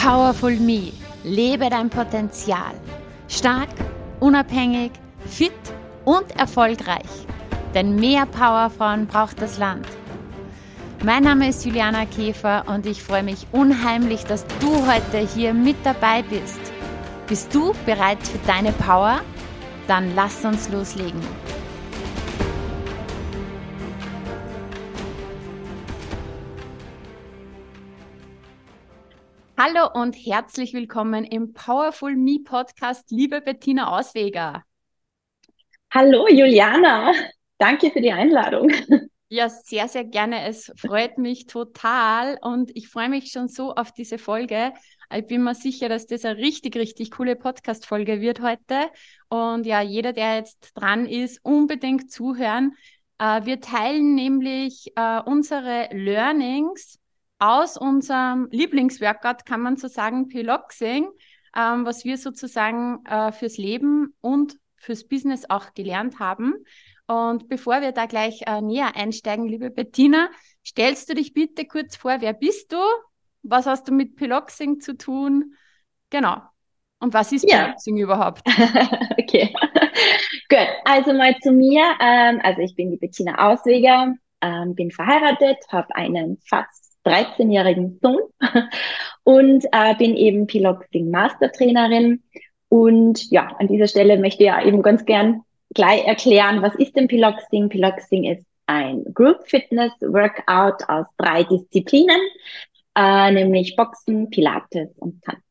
Powerful Me. Lebe dein Potenzial. Stark, unabhängig, fit und erfolgreich. Denn mehr Powerfrauen braucht das Land. Mein Name ist Juliana Käfer und ich freue mich unheimlich, dass du heute hier mit dabei bist. Bist du bereit für deine Power? Dann lass uns loslegen. Hallo und herzlich willkommen im Powerful Me Podcast, liebe Bettina Ausweger. Hallo Juliana, danke für die Einladung. Ja, sehr, sehr gerne. Es freut mich total und ich freue mich schon so auf diese Folge. Ich bin mir sicher, dass das eine richtig, richtig coole Podcast-Folge wird heute. Und ja, jeder, der jetzt dran ist, unbedingt zuhören. Wir teilen nämlich unsere Learnings aus unserem Lieblingsworkout, kann man so sagen, Piloxing, was wir sozusagen fürs Leben und fürs Business auch gelernt haben. Und bevor wir da gleich näher einsteigen, liebe Bettina, stellst du dich bitte kurz vor, wer bist du? Was hast du mit Piloxing zu tun? Genau. Und was ist Ja, Piloxing überhaupt? okay. Gut, also mal zu mir. Also ich bin die Bettina Ausweger, bin verheiratet, habe einen fast 13-jährigen Sohn und bin eben Piloxing Mastertrainerin. Und ja, an dieser Stelle möchte ich ja eben ganz gern gleich erklären, was ist denn Piloxing? Piloxing ist ein Group Fitness Workout aus 3 Disziplinen, nämlich Boxen, Pilates und Tanzen.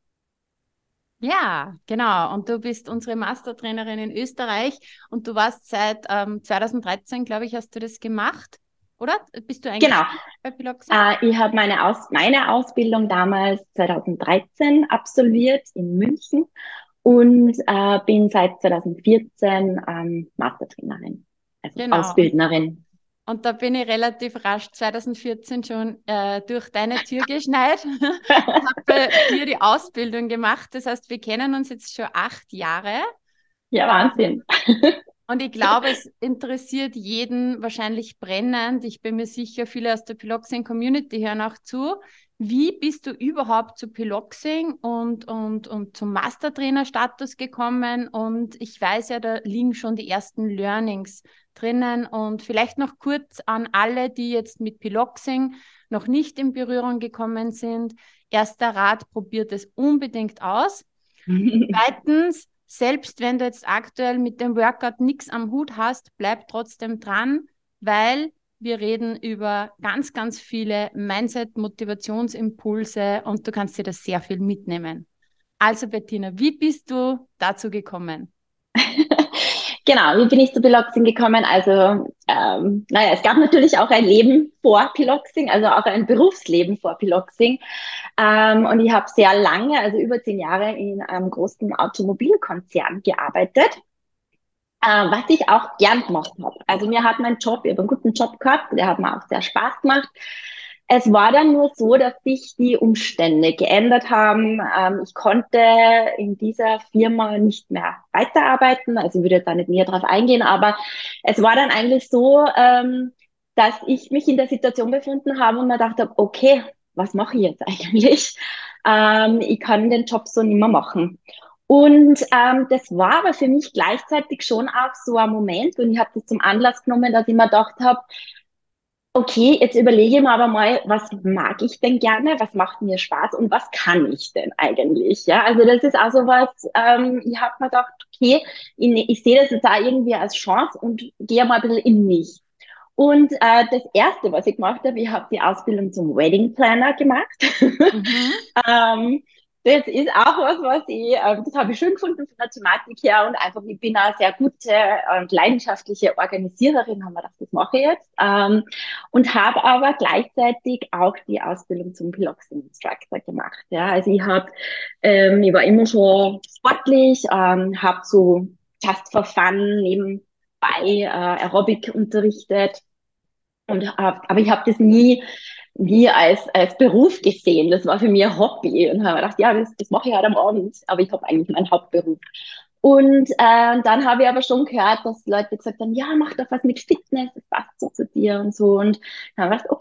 Ja, genau. Und du bist unsere Mastertrainerin in Österreich und du warst seit 2013, glaube ich, hast du das gemacht, oder? Bist du Genau. eingestiegen bei Piloxing? Ich habe meine Ausbildung damals 2013 absolviert in München und bin seit 2014 Mastertrainerin, also Genau. Ausbildnerin. Und da bin ich relativ rasch 2014 schon durch deine Tür geschneit und habe bei dir die Ausbildung gemacht. Das heißt, wir kennen uns jetzt schon 8 Jahre. Ja, Wahnsinn. Und ich glaube, es interessiert jeden wahrscheinlich brennend. Ich bin mir sicher, viele aus der Piloxing-Community hören auch zu. Wie bist du überhaupt zu Piloxing und zum Mastertrainer-Status gekommen? Und ich weiß ja, da liegen schon die ersten Learnings drinnen. Und vielleicht noch kurz an alle, die jetzt mit Piloxing noch nicht in Berührung gekommen sind. Erster Rat, probiert es unbedingt aus. Zweitens, selbst wenn du jetzt aktuell mit dem Workout nichts am Hut hast, bleib trotzdem dran, weil wir reden über ganz, ganz viele Mindset, Motivationsimpulse und du kannst dir das sehr viel mitnehmen. Also Bettina, wie bist du dazu gekommen? Genau, wie bin ich zu Piloxing gekommen? Also, naja, es gab natürlich auch ein Leben vor Piloxing, also auch ein Berufsleben vor Piloxing. Und ich habe sehr lange, also über 10 Jahre in einem großen Automobilkonzern gearbeitet, was ich auch gern gemacht habe. Also mir hat mein Job, ich habe einen guten Job gehabt, der hat mir auch sehr Spaß gemacht. Es war dann nur so, dass sich die Umstände geändert haben. Ich konnte in dieser Firma nicht mehr weiterarbeiten. Also ich würde da nicht näher drauf eingehen, aber es war dann eigentlich so, dass ich mich in der Situation befunden habe und mir gedacht habe, okay, was mache ich jetzt eigentlich? Ich kann den Job so nicht mehr machen. Und das war aber für mich gleichzeitig schon auch so ein Moment, und ich habe das zum Anlass genommen, dass ich mir gedacht habe, okay, jetzt überlege ich mir aber mal, was mag ich denn gerne, was macht mir Spaß und was kann ich denn eigentlich? Ja, also das ist auch so was, ich habe mir gedacht, okay, ich sehe das jetzt auch irgendwie als Chance und gehe mal ein bisschen in mich. Und das Erste, was ich gemacht habe, ich habe die Ausbildung zum Wedding Planner gemacht. Mhm. ähm, Das ist auch was ich, das habe ich schön gefunden von der Thematik her, und einfach, ich bin eine sehr gute und leidenschaftliche Organisiererin, haben wir gedacht, das mache ich jetzt. Und habe aber gleichzeitig auch die Ausbildung zum Piloxing Instructor gemacht. Ja, also ich war immer schon sportlich, habe so just for fun nebenbei Aerobic unterrichtet, aber ich habe das nie als Beruf gesehen. Das war für mich ein Hobby und habe gedacht, ja, das mache ich halt am Abend, aber ich habe eigentlich meinen Hauptberuf. Und dann habe ich aber schon gehört, dass Leute gesagt haben, ja, mach doch was mit Fitness, das passt so zu dir und so. Und dann habe ich gedacht, okay.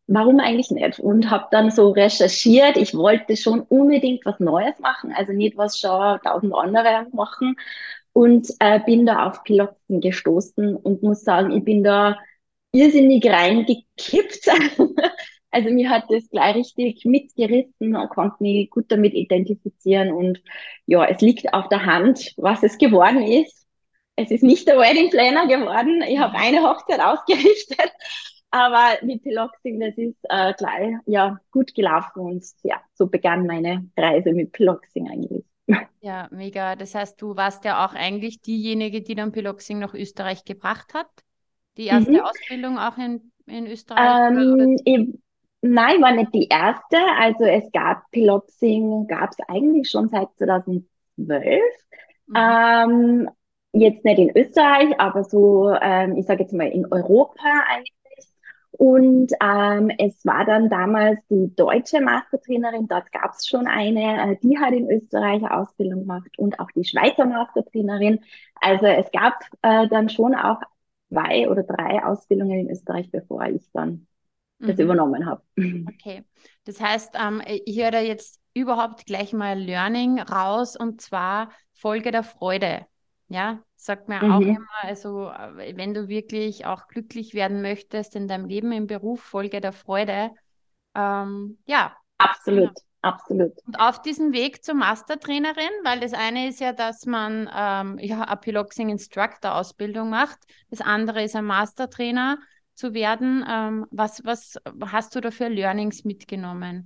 warum eigentlich nicht? Und habe dann so recherchiert. Ich wollte schon unbedingt was Neues machen, also nicht was schon tausend andere machen. Und bin da auf Piloxen gestoßen und muss sagen, ich bin da irrsinnig reingekippt. Also mir hat das gleich richtig mitgerissen und konnte mich gut damit identifizieren. Und ja, es liegt auf der Hand, was es geworden ist. Es ist nicht der Wedding Planner geworden. Ich habe eine Hochzeit ausgerichtet, aber mit Piloxing, das ist gleich ja gut gelaufen und ja, so begann meine Reise mit Piloxing eigentlich. Ja, mega. Das heißt, du warst ja auch eigentlich diejenige, die dann Piloxing nach Österreich gebracht hat. Die erste Mhm. Ausbildung auch in Österreich? Oder? Ich, nein, war nicht die erste. Also es gab Piloxing, gab es eigentlich schon seit 2012. Mhm. Ähm, Jetzt nicht in Österreich, aber so, ich sage jetzt mal in Europa eigentlich. Und es war dann damals die deutsche Mastertrainerin, dort gab es schon eine, die hat in Österreich eine Ausbildung gemacht und auch die Schweizer Mastertrainerin. Also es gab dann schon auch zwei oder drei Ausbildungen in Österreich, bevor ich dann das Mhm. übernommen habe. Okay. Das heißt, ich höre da jetzt überhaupt gleich mal Learning raus und zwar Folge der Freude. Ja, sagt mir auch Mhm. immer, also wenn du wirklich auch glücklich werden möchtest in deinem Leben, im Beruf, Folge der Freude. Ja, genau. Absolut, absolut. Und auf diesem Weg zur Mastertrainerin, weil das eine ist ja, dass man ja, eine Piloxing Instructor Ausbildung macht, das andere ist ein Mastertrainer zu werden. Was hast du da für Learnings mitgenommen?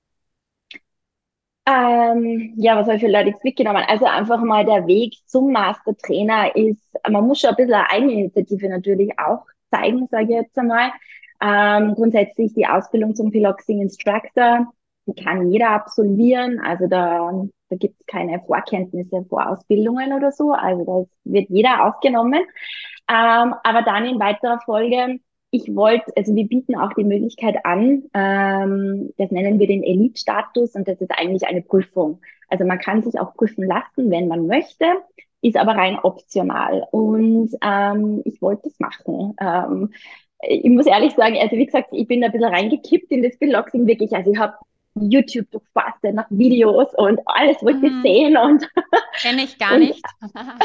Ja, was habe ich für Learnings mitgenommen? Also einfach mal der Weg zum Mastertrainer ist, man muss schon ein bisschen Eigeninitiative natürlich auch zeigen, sage ich jetzt einmal. Grundsätzlich die Ausbildung zum Piloxing Instructor, die kann jeder absolvieren. Also da gibt es keine Vorkenntnisse, Vorausbildungen oder so. Also da wird jeder aufgenommen. Aber dann in weiterer Folge, ich wollte, also wir bieten auch die Möglichkeit an, das nennen wir den Elite-Status und das ist eigentlich eine Prüfung. Also man kann sich auch prüfen lassen, wenn man möchte, ist aber rein optional. Und ich wollte es machen. Ich muss ehrlich sagen, also wie gesagt, ich bin da ein bisschen reingekippt in das Piloxing wirklich. Also ich habe YouTube durchforstet nach Videos und alles wollte ich Mhm. sehen Kenne ich gar und nicht.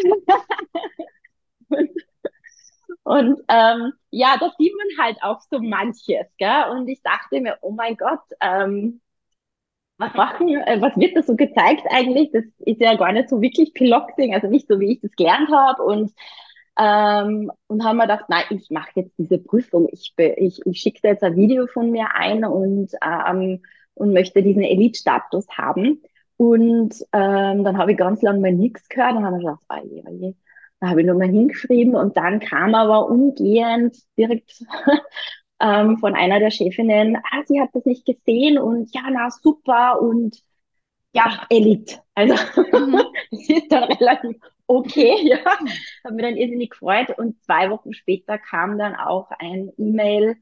Und ja, da sieht man halt auch so manches, gell? Und ich dachte mir, oh mein Gott, was wird da so gezeigt eigentlich? Das ist ja gar nicht so wirklich Piloxing, also nicht so, wie ich das gelernt habe. Und haben mir gedacht, nein, ich mache jetzt diese Prüfung. Ich schicke da jetzt ein Video von mir ein und möchte diesen Elite-Status haben. Und dann habe ich ganz lange mal nichts gehört und habe mir gedacht, oh je. Da habe ich nur mal hingeschrieben und dann kam aber umgehend direkt von einer der Chefinnen, sie hat das nicht gesehen und ja, na super und ja, Elite. Also Mhm. das ist dann relativ okay, ja. Habe mich dann irrsinnig gefreut und 2 Wochen später kam dann auch ein E-Mail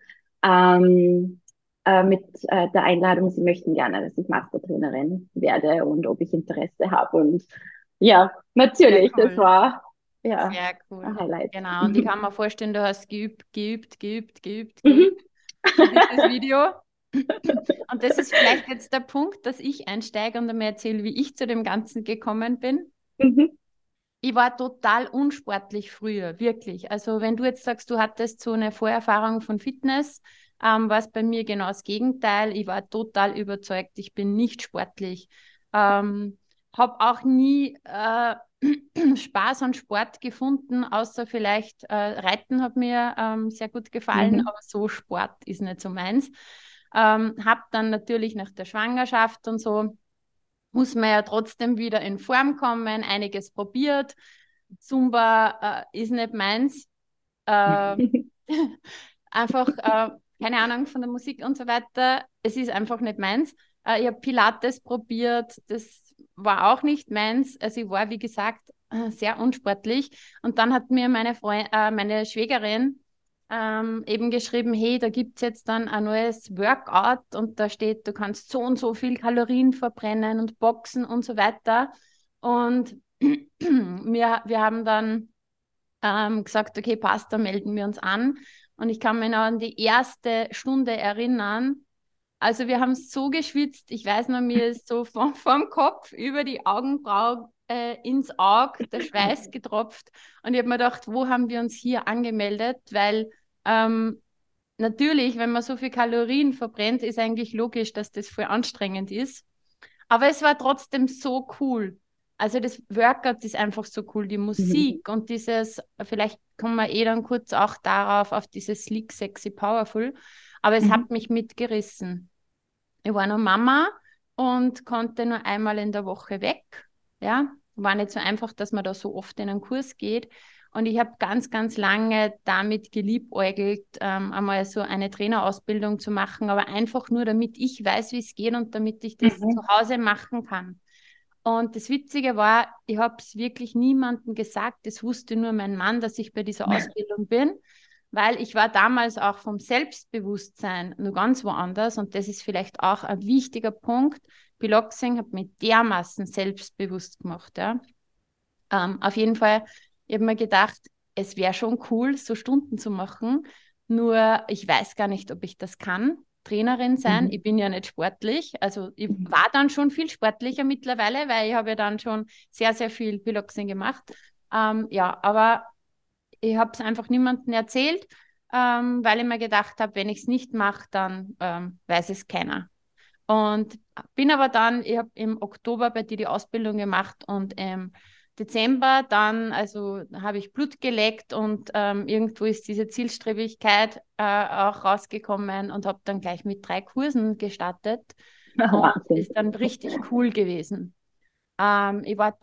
mit der Einladung, sie möchten gerne, dass ich Mastertrainerin werde und ob ich Interesse habe. Und ja, Sehr natürlich, das cool. war ja Sehr ein cool. Highlight. Genau. Und ich kann mir vorstellen, du hast geübt, geübt, geübt, geübt, Mhm. geübt für dieses Video. Und das ist vielleicht jetzt der Punkt, dass ich einsteige und mir erzähle, wie ich zu dem Ganzen gekommen bin. Mhm. Ich war total unsportlich früher, wirklich. Also wenn du jetzt sagst, du hattest so eine Vorerfahrung von Fitness, war es bei mir genau das Gegenteil. Ich war total überzeugt, ich bin nicht sportlich. Habe auch nie Spaß an Sport gefunden, außer vielleicht Reiten hat mir sehr gut gefallen, Mhm. aber so Sport ist nicht so meins. Habe dann natürlich nach der Schwangerschaft und so muss man ja trotzdem wieder in Form kommen, einiges probiert. Zumba ist nicht meins. Äh, einfach, keine Ahnung von der Musik und so weiter. Es ist einfach nicht meins. Ich habe Pilates probiert, das war auch nicht meins. Also ich war, wie gesagt, sehr unsportlich. Und dann hat mir meine Schwägerin eben geschrieben, hey, da gibt es jetzt dann ein neues Workout und da steht, du kannst so und so viel Kalorien verbrennen und boxen und so weiter. Und wir haben dann gesagt, okay, passt, da melden wir uns an. Und ich kann mich noch an die erste Stunde erinnern. Also wir haben so geschwitzt. Ich weiß noch, mir ist so vom Kopf über die Augenbraue ins Auge der Schweiß getropft. Und ich habe mir gedacht, wo haben wir uns hier angemeldet? Weil natürlich, wenn man so viel Kalorien verbrennt, ist eigentlich logisch, dass das voll anstrengend ist. Aber es war trotzdem so cool. Also das Workout ist einfach so cool, die Mhm. Musik und dieses, vielleicht kommen wir eh dann kurz auch darauf, auf dieses Sleek, Sexy, Powerful. Aber es Mhm. hat mich mitgerissen. Ich war noch Mama und konnte nur einmal in der Woche weg. Ja, war nicht so einfach, dass man da so oft in einen Kurs geht. Und ich habe ganz, ganz lange damit geliebäugelt, einmal so eine Trainerausbildung zu machen, aber einfach nur, damit ich weiß, wie es geht und damit ich das zu Mhm. Hause machen kann. Und das Witzige war, ich habe es wirklich niemandem gesagt. Es wusste nur mein Mann, dass ich bei dieser Ausbildung bin, weil ich war damals auch vom Selbstbewusstsein nur ganz woanders. Und das ist vielleicht auch ein wichtiger Punkt. Piloxing hat mich dermaßen selbstbewusst gemacht. Ja. Auf jeden Fall, ich habe mir gedacht, es wäre schon cool, so Stunden zu machen. Nur ich weiß gar nicht, ob ich das kann. Trainerin sein. Mhm. Ich bin ja nicht sportlich. Also ich Mhm. war dann schon viel sportlicher mittlerweile, weil ich habe ja dann schon sehr, sehr viel Piloxing gemacht. Ja, aber ich habe es einfach niemandem erzählt, weil ich mir gedacht habe, wenn ich es nicht mache, dann weiß es keiner. Und bin aber dann, ich habe im Oktober bei dir die Ausbildung gemacht und im Dezember dann, also habe ich Blut geleckt und irgendwo ist diese Zielstrebigkeit auch rausgekommen und habe dann gleich mit 3 Kursen gestartet und Wahnsinn. ist dann richtig cool gewesen. Ich war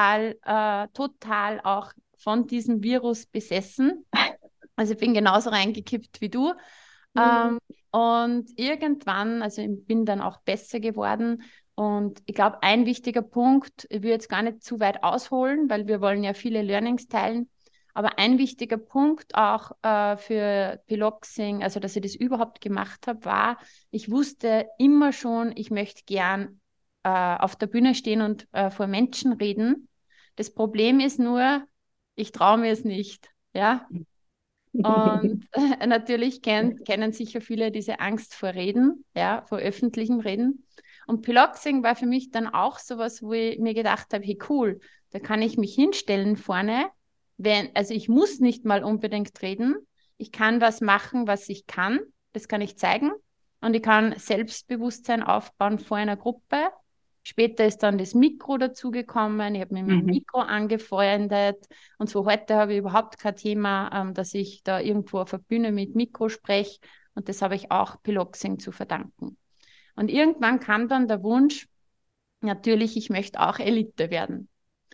total auch von diesem Virus besessen. Also ich bin genauso reingekippt wie du. Mhm. Ähm, und irgendwann, also ich bin dann auch besser geworden. Und ich glaube, ein wichtiger Punkt, ich will jetzt gar nicht zu weit ausholen, weil wir wollen ja viele Learnings teilen. Aber ein wichtiger Punkt auch für Piloxing, also dass ich das überhaupt gemacht habe, war, ich wusste immer schon, ich möchte gern auf der Bühne stehen und vor Menschen reden. Das Problem ist nur, ich traue mir es nicht. Ja, und natürlich kennen sicher viele diese Angst vor Reden, ja, vor öffentlichem Reden. Und Piloxing war für mich dann auch sowas, wo ich mir gedacht habe, hey cool, da kann ich mich hinstellen vorne, also ich muss nicht mal unbedingt reden. Ich kann was machen, was ich kann. Das kann ich zeigen. Und ich kann Selbstbewusstsein aufbauen vor einer Gruppe. Später ist dann das Mikro dazugekommen. Ich habe mich mit dem Mhm. Mikro angefreundet. Und so heute habe ich überhaupt kein Thema, dass ich da irgendwo auf der Bühne mit Mikro spreche. Und das habe ich auch Piloxing zu verdanken. Und irgendwann kam dann der Wunsch, natürlich, ich möchte auch Elite werden.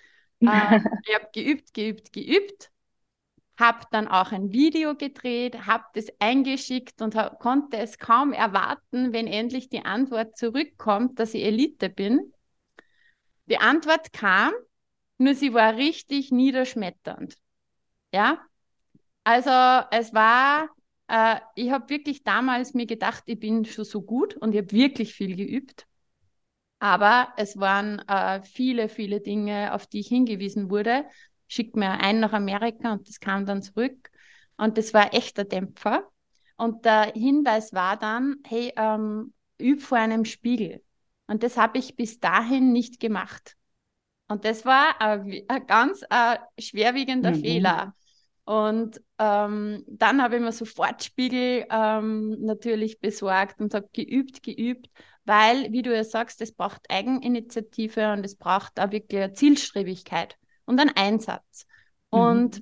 Ich habe geübt, habe dann auch ein Video gedreht, habe das eingeschickt und konnte es kaum erwarten, wenn endlich die Antwort zurückkommt, dass ich Elite bin. Die Antwort kam, nur sie war richtig niederschmetternd. Ja, also es war, ich habe wirklich damals mir gedacht, ich bin schon so gut und ich habe wirklich viel geübt. Aber es waren viele Dinge, auf die ich hingewiesen wurde. Schickt mir einen nach Amerika und das kam dann zurück. Und das war echter Dämpfer. Und der Hinweis war dann, hey, üb vor einem Spiegel. Und das habe ich bis dahin nicht gemacht. Und das war ein ganz schwerwiegender Mhm. Fehler. Und dann habe ich mir sofort Spiegel natürlich besorgt und habe geübt, weil, wie du ja sagst, es braucht Eigeninitiative und es braucht auch wirklich eine Zielstrebigkeit und einen Einsatz. Mhm. Und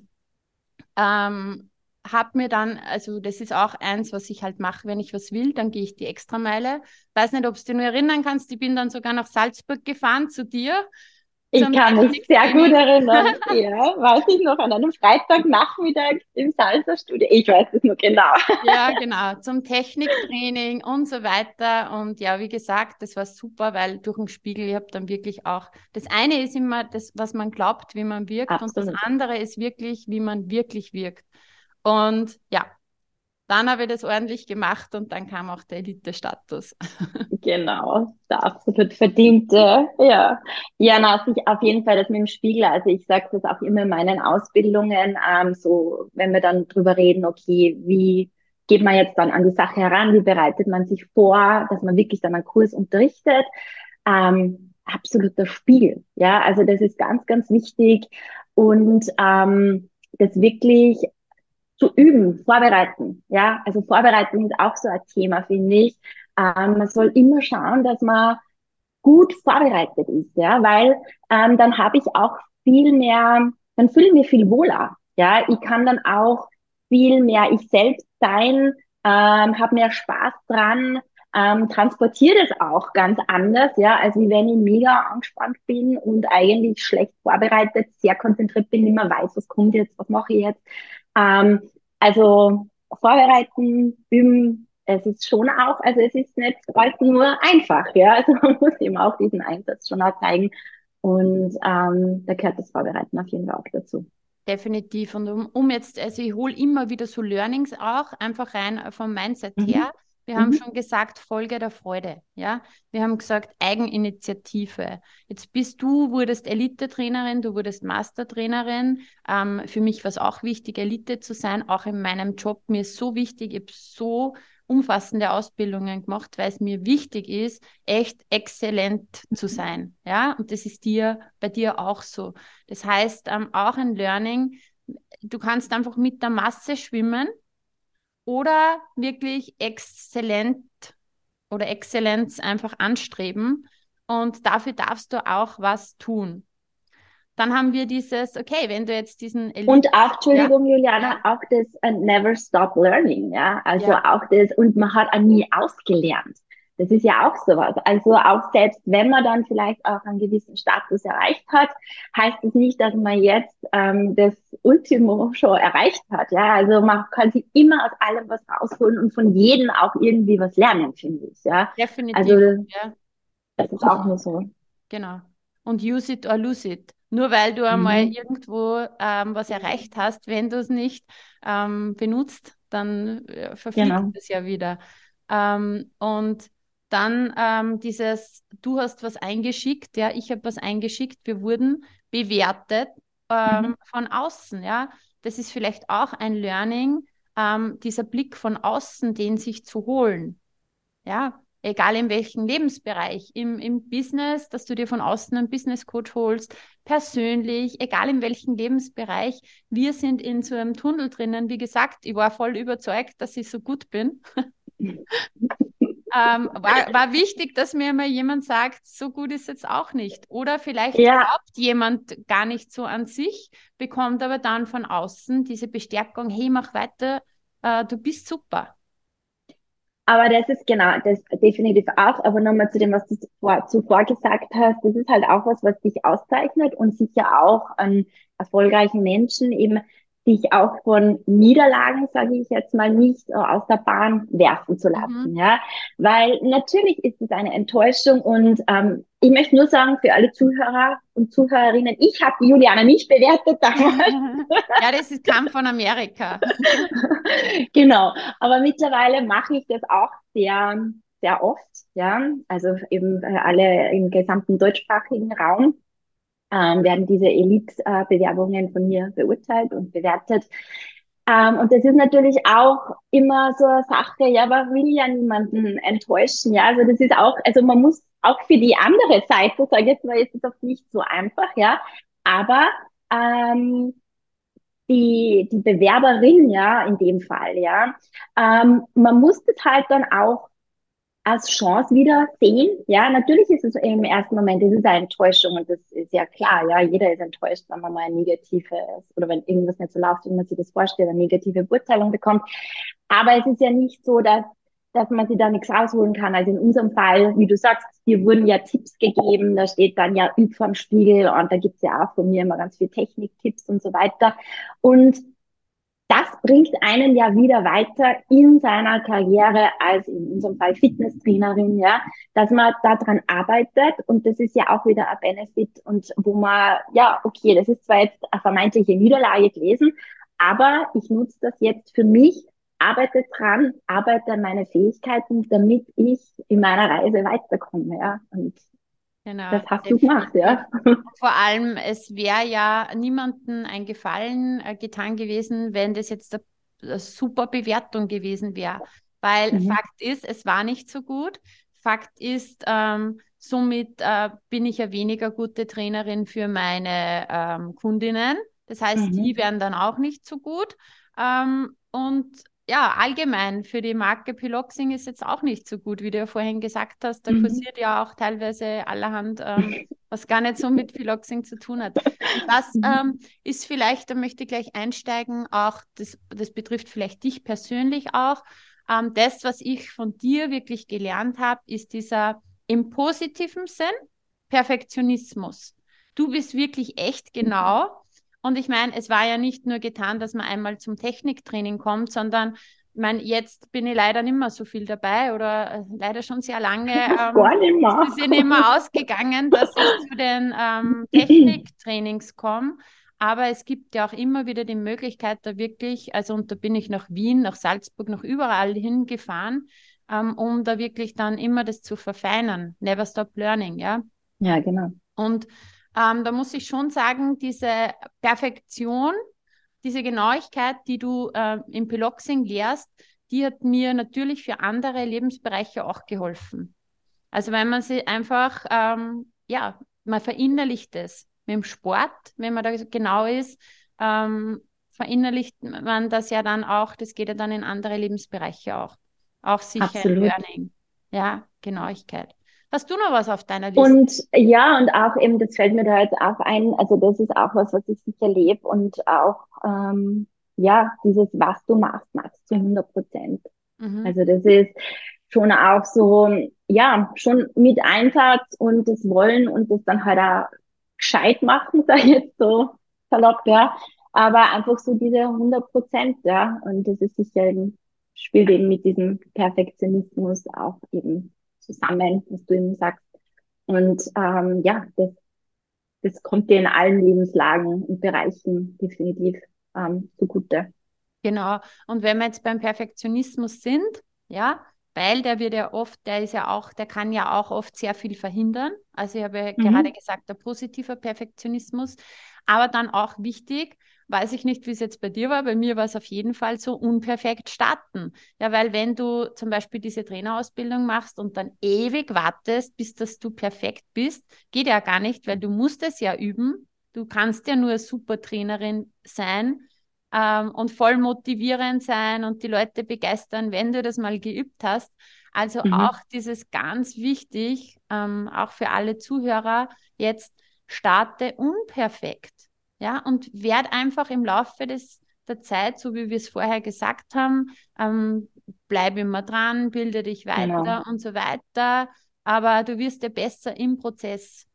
habe mir dann, also das ist auch eins, was ich halt mache, wenn ich was will, dann gehe ich die Extrameile. Weiß nicht, ob du dich nur erinnern kannst, ich bin dann sogar nach Salzburg gefahren zu dir Ich zum kann mich sehr gut Techniktraining. erinnern. Ja, weiß ich noch, an einem Freitagnachmittag im Salzerstudio. Ich weiß es noch genau. Ja, genau, zum Techniktraining und so weiter. Und ja, wie gesagt, das war super, weil durch den Spiegel, ich habe dann wirklich auch, das eine ist immer das, was man glaubt, wie man wirkt, und das Absolut. andere ist wirklich, wie man wirklich wirkt. Und ja, Dann habe ich das ordentlich gemacht und dann kam auch der Elite-Status. Genau, der absolut verdiente, ja. Ja, na, sich auf jeden Fall das mit dem Spiegel. Also ich sage das auch immer in meinen Ausbildungen, so wenn wir dann drüber reden, okay, wie geht man jetzt dann an die Sache heran, wie bereitet man sich vor, dass man wirklich dann einen Kurs unterrichtet. Absoluter Spiegel, ja, also das ist ganz, ganz wichtig und das wirklich zu üben, vorbereiten, ja, also vorbereiten ist auch so ein Thema, finde ich. Man soll immer schauen, dass man gut vorbereitet ist, ja, weil dann habe ich auch viel mehr, dann fühle ich mich viel wohler, ja, ich kann dann auch viel mehr ich selbst sein, habe mehr Spaß dran, transportiere das auch ganz anders, ja, als wie wenn ich mega angespannt bin und eigentlich schlecht vorbereitet, sehr konzentriert bin, nicht mehr weiß, was kommt jetzt, was mache ich jetzt. Ähm, also vorbereiten, üben, es ist schon auch, also es ist nicht heute nur einfach, ja, also man muss eben auch diesen Einsatz schon auch zeigen und da gehört das Vorbereiten auf jeden Fall auch dazu. Definitiv. Und um jetzt, also ich hole immer wieder so Learnings auch, einfach rein vom Mindset her. Mhm. Wir haben Mhm. schon gesagt, Folge der Freude, ja. Wir haben gesagt, Eigeninitiative. Jetzt wurdest Elite-Trainerin, du wurdest Mastertrainerin. Für mich war es auch wichtig, Elite zu sein, auch in meinem Job. Mir ist so wichtig, ich habe so umfassende Ausbildungen gemacht, weil es mir wichtig ist, echt exzellent zu sein, ja. Und das ist bei dir auch so. Das heißt, auch ein Learning, du kannst einfach mit der Masse schwimmen oder wirklich exzellent oder Exzellenz einfach anstreben und dafür darfst du auch was tun. Dann haben wir okay, wenn du jetzt diesen Und Elite, auch, ja, Entschuldigung, Juliana, ja, auch das Never Stop Learning, ja, also ja, auch das, und man hat auch nie ausgelernt. Das ist ja auch sowas. Also auch selbst wenn man dann vielleicht auch einen gewissen Status erreicht hat, heißt es nicht, dass man jetzt das Ultimo schon erreicht hat. Ja, also man kann sich immer aus allem was rausholen und von jedem auch irgendwie was lernen, finde ich. Ja, definitiv, also ja. das ist Und auch nur so. genau. Und use it or lose it. Nur weil du einmal Mhm. irgendwo was erreicht hast, wenn du es nicht benutzt, dann verfliegt Genau. es ja wieder. Und dann du hast was eingeschickt, ja, ich habe was eingeschickt, wir wurden bewertet Mhm. von außen, ja. Das ist vielleicht auch ein Learning, dieser Blick von außen, den sich zu holen. Ja, egal in welchem Lebensbereich, im Business, dass du dir von außen einen Business Coach holst, persönlich, egal in welchem Lebensbereich. Wir sind in so einem Tunnel drinnen. Wie gesagt, ich war voll überzeugt, dass ich so gut bin. War wichtig, dass mir mal jemand sagt, so gut ist jetzt auch nicht. Oder vielleicht Ja, glaubt jemand gar nicht so an sich, bekommt aber dann von außen diese Bestärkung, hey, mach weiter, du bist super. aber das ist genau, das definitiv auch, aber nochmal zu dem, was du zuvor gesagt hast, das ist halt auch was, was dich auszeichnet und sicher auch an erfolgreichen Menschen eben sich auch von Niederlagen, sage ich jetzt mal, nicht aus der Bahn werfen zu lassen, Mhm. ja, weil natürlich ist es eine Enttäuschung und ich möchte nur sagen, für alle Zuhörer und Zuhörerinnen, ich habe die Juliana nicht bewertet damals. Ja, kam von Amerika. Genau, aber mittlerweile mache ich das auch sehr, sehr oft, ja. Also eben alle im gesamten deutschsprachigen Raum werden diese Elite-Bewerbungen von mir beurteilt und bewertet. Und das ist natürlich auch immer so eine Sache, ja, man will ja niemanden enttäuschen, ja. Also das ist auch, also man muss auch für die andere Seite, sage ich jetzt mal, ist es oft nicht so einfach, ja. Aber ähm, die Bewerberin, ja, in dem Fall, ja, man muss das halt dann auch als Chance wieder sehen. Ja, natürlich ist es im ersten Moment, es ist eine Enttäuschung und das ist ja klar, ja, jeder ist enttäuscht, wenn man mal ein negatives oder wenn irgendwas nicht so läuft, wie man sich das vorstellt, eine negative Beurteilung bekommt. Aber es ist ja nicht so, dass man sich da nichts rausholen kann. Also in unserem Fall, wie du sagst, dir wurden ja Tipps gegeben, da steht dann ja üb vom Spiegel und da gibt's ja auch von mir immer ganz viel Techniktipps und so weiter. Und das bringt einen ja wieder weiter in seiner Karriere als in unserem Fall Fitnesstrainerin, ja, dass man daran arbeitet und das ist ja auch wieder ein Benefit und wo man, ja, okay, das ist zwar jetzt eine vermeintliche Niederlage gewesen, aber ich nutze das jetzt für mich arbeite dran, arbeite an meine Fähigkeiten, damit ich in meiner Reise weiterkomme, ja. Und Genau, das hast du gemacht, definitiv. ja. Vor allem, es wäre ja niemandem ein Gefallen getan gewesen, wenn das jetzt eine super Bewertung gewesen wäre. Weil Mhm. Fakt ist, es war nicht so gut. Fakt ist, somit bin ich ja weniger gute Trainerin für meine Kundinnen. Das heißt, die Mhm. werden dann auch nicht so gut. Und ja, allgemein für die Marke Piloxing ist jetzt auch nicht so gut, wie du ja vorhin gesagt hast. Da Mhm. kursiert ja auch teilweise allerhand, was gar nicht so mit Piloxing zu tun hat. Und das Mhm. ist vielleicht, da möchte ich gleich einsteigen, auch das betrifft vielleicht dich persönlich auch. Das, was ich von dir wirklich gelernt habe, ist dieser im positiven Sinn Perfektionismus. Du bist wirklich echt genau. Und ich meine, es war ja nicht nur getan, dass man einmal zum Techniktraining kommt, sondern ich meine, jetzt bin ich leider nicht mehr so viel dabei oder leider schon sehr lange Gar nicht ist mehr. es ja nicht mehr ausgegangen, dass ich zu den Techniktrainings komme. Aber es gibt ja auch immer wieder die Möglichkeit, da wirklich, also und da bin ich nach Wien, nach Salzburg, nach überall hingefahren, um da wirklich dann immer das zu verfeinern. Never stop learning, ja. Ja, genau. Und da muss ich schon sagen, diese Perfektion, diese Genauigkeit, die du im Piloxing lehrst, die hat mir natürlich für andere Lebensbereiche auch geholfen. Also wenn man sie einfach, ja, man verinnerlicht es mit dem Sport, wenn man da genau ist, verinnerlicht man das ja dann auch, das geht ja dann in andere Lebensbereiche auch. Auch sicher ein Absolut. Learning. Ja, Genauigkeit. Hast du noch was auf deiner Liste? Und ja, und auch eben, das fällt mir da jetzt auch ein, also das ist auch was, was ich sicher lebe und auch, ja, dieses, was du machst, machst zu 100%. Mhm. Also das ist schon auch so, ja, schon mit Einsatz und das Wollen und das dann halt auch gescheit machen, sag ich jetzt so salopp, ja. Aber einfach so diese 100%, ja. Und das ist sicher eben, spielt eben mit diesem Perfektionismus auch eben zusammen, was du eben sagst. Und ja, das kommt dir in allen Lebenslagen und Bereichen definitiv zugute. Genau. Und wenn wir jetzt beim Perfektionismus sind, ja, weil der wird ja oft, der ist ja auch, der kann ja auch oft sehr viel verhindern. Also ich habe ja gerade Mhm. gesagt, der positive Perfektionismus, aber dann auch wichtig, weiß ich nicht, wie es jetzt bei dir war, bei mir war es auf jeden Fall so, unperfekt starten. Ja, weil wenn du zum Beispiel diese Trainerausbildung machst und dann ewig wartest, bis dass du perfekt bist, geht ja gar nicht, weil du musst es ja üben. Du kannst ja nur super Trainerin sein und voll motivierend sein und die Leute begeistern, wenn du das mal geübt hast. Also auch Mhm. dieses ganz wichtig, auch für alle Zuhörer, jetzt starte unperfekt. Ja, und werd einfach im Laufe der Zeit, so wie wir es vorher gesagt haben, bleib immer dran, bilde dich Genau. weiter und so weiter. Aber du wirst ja besser im Prozess.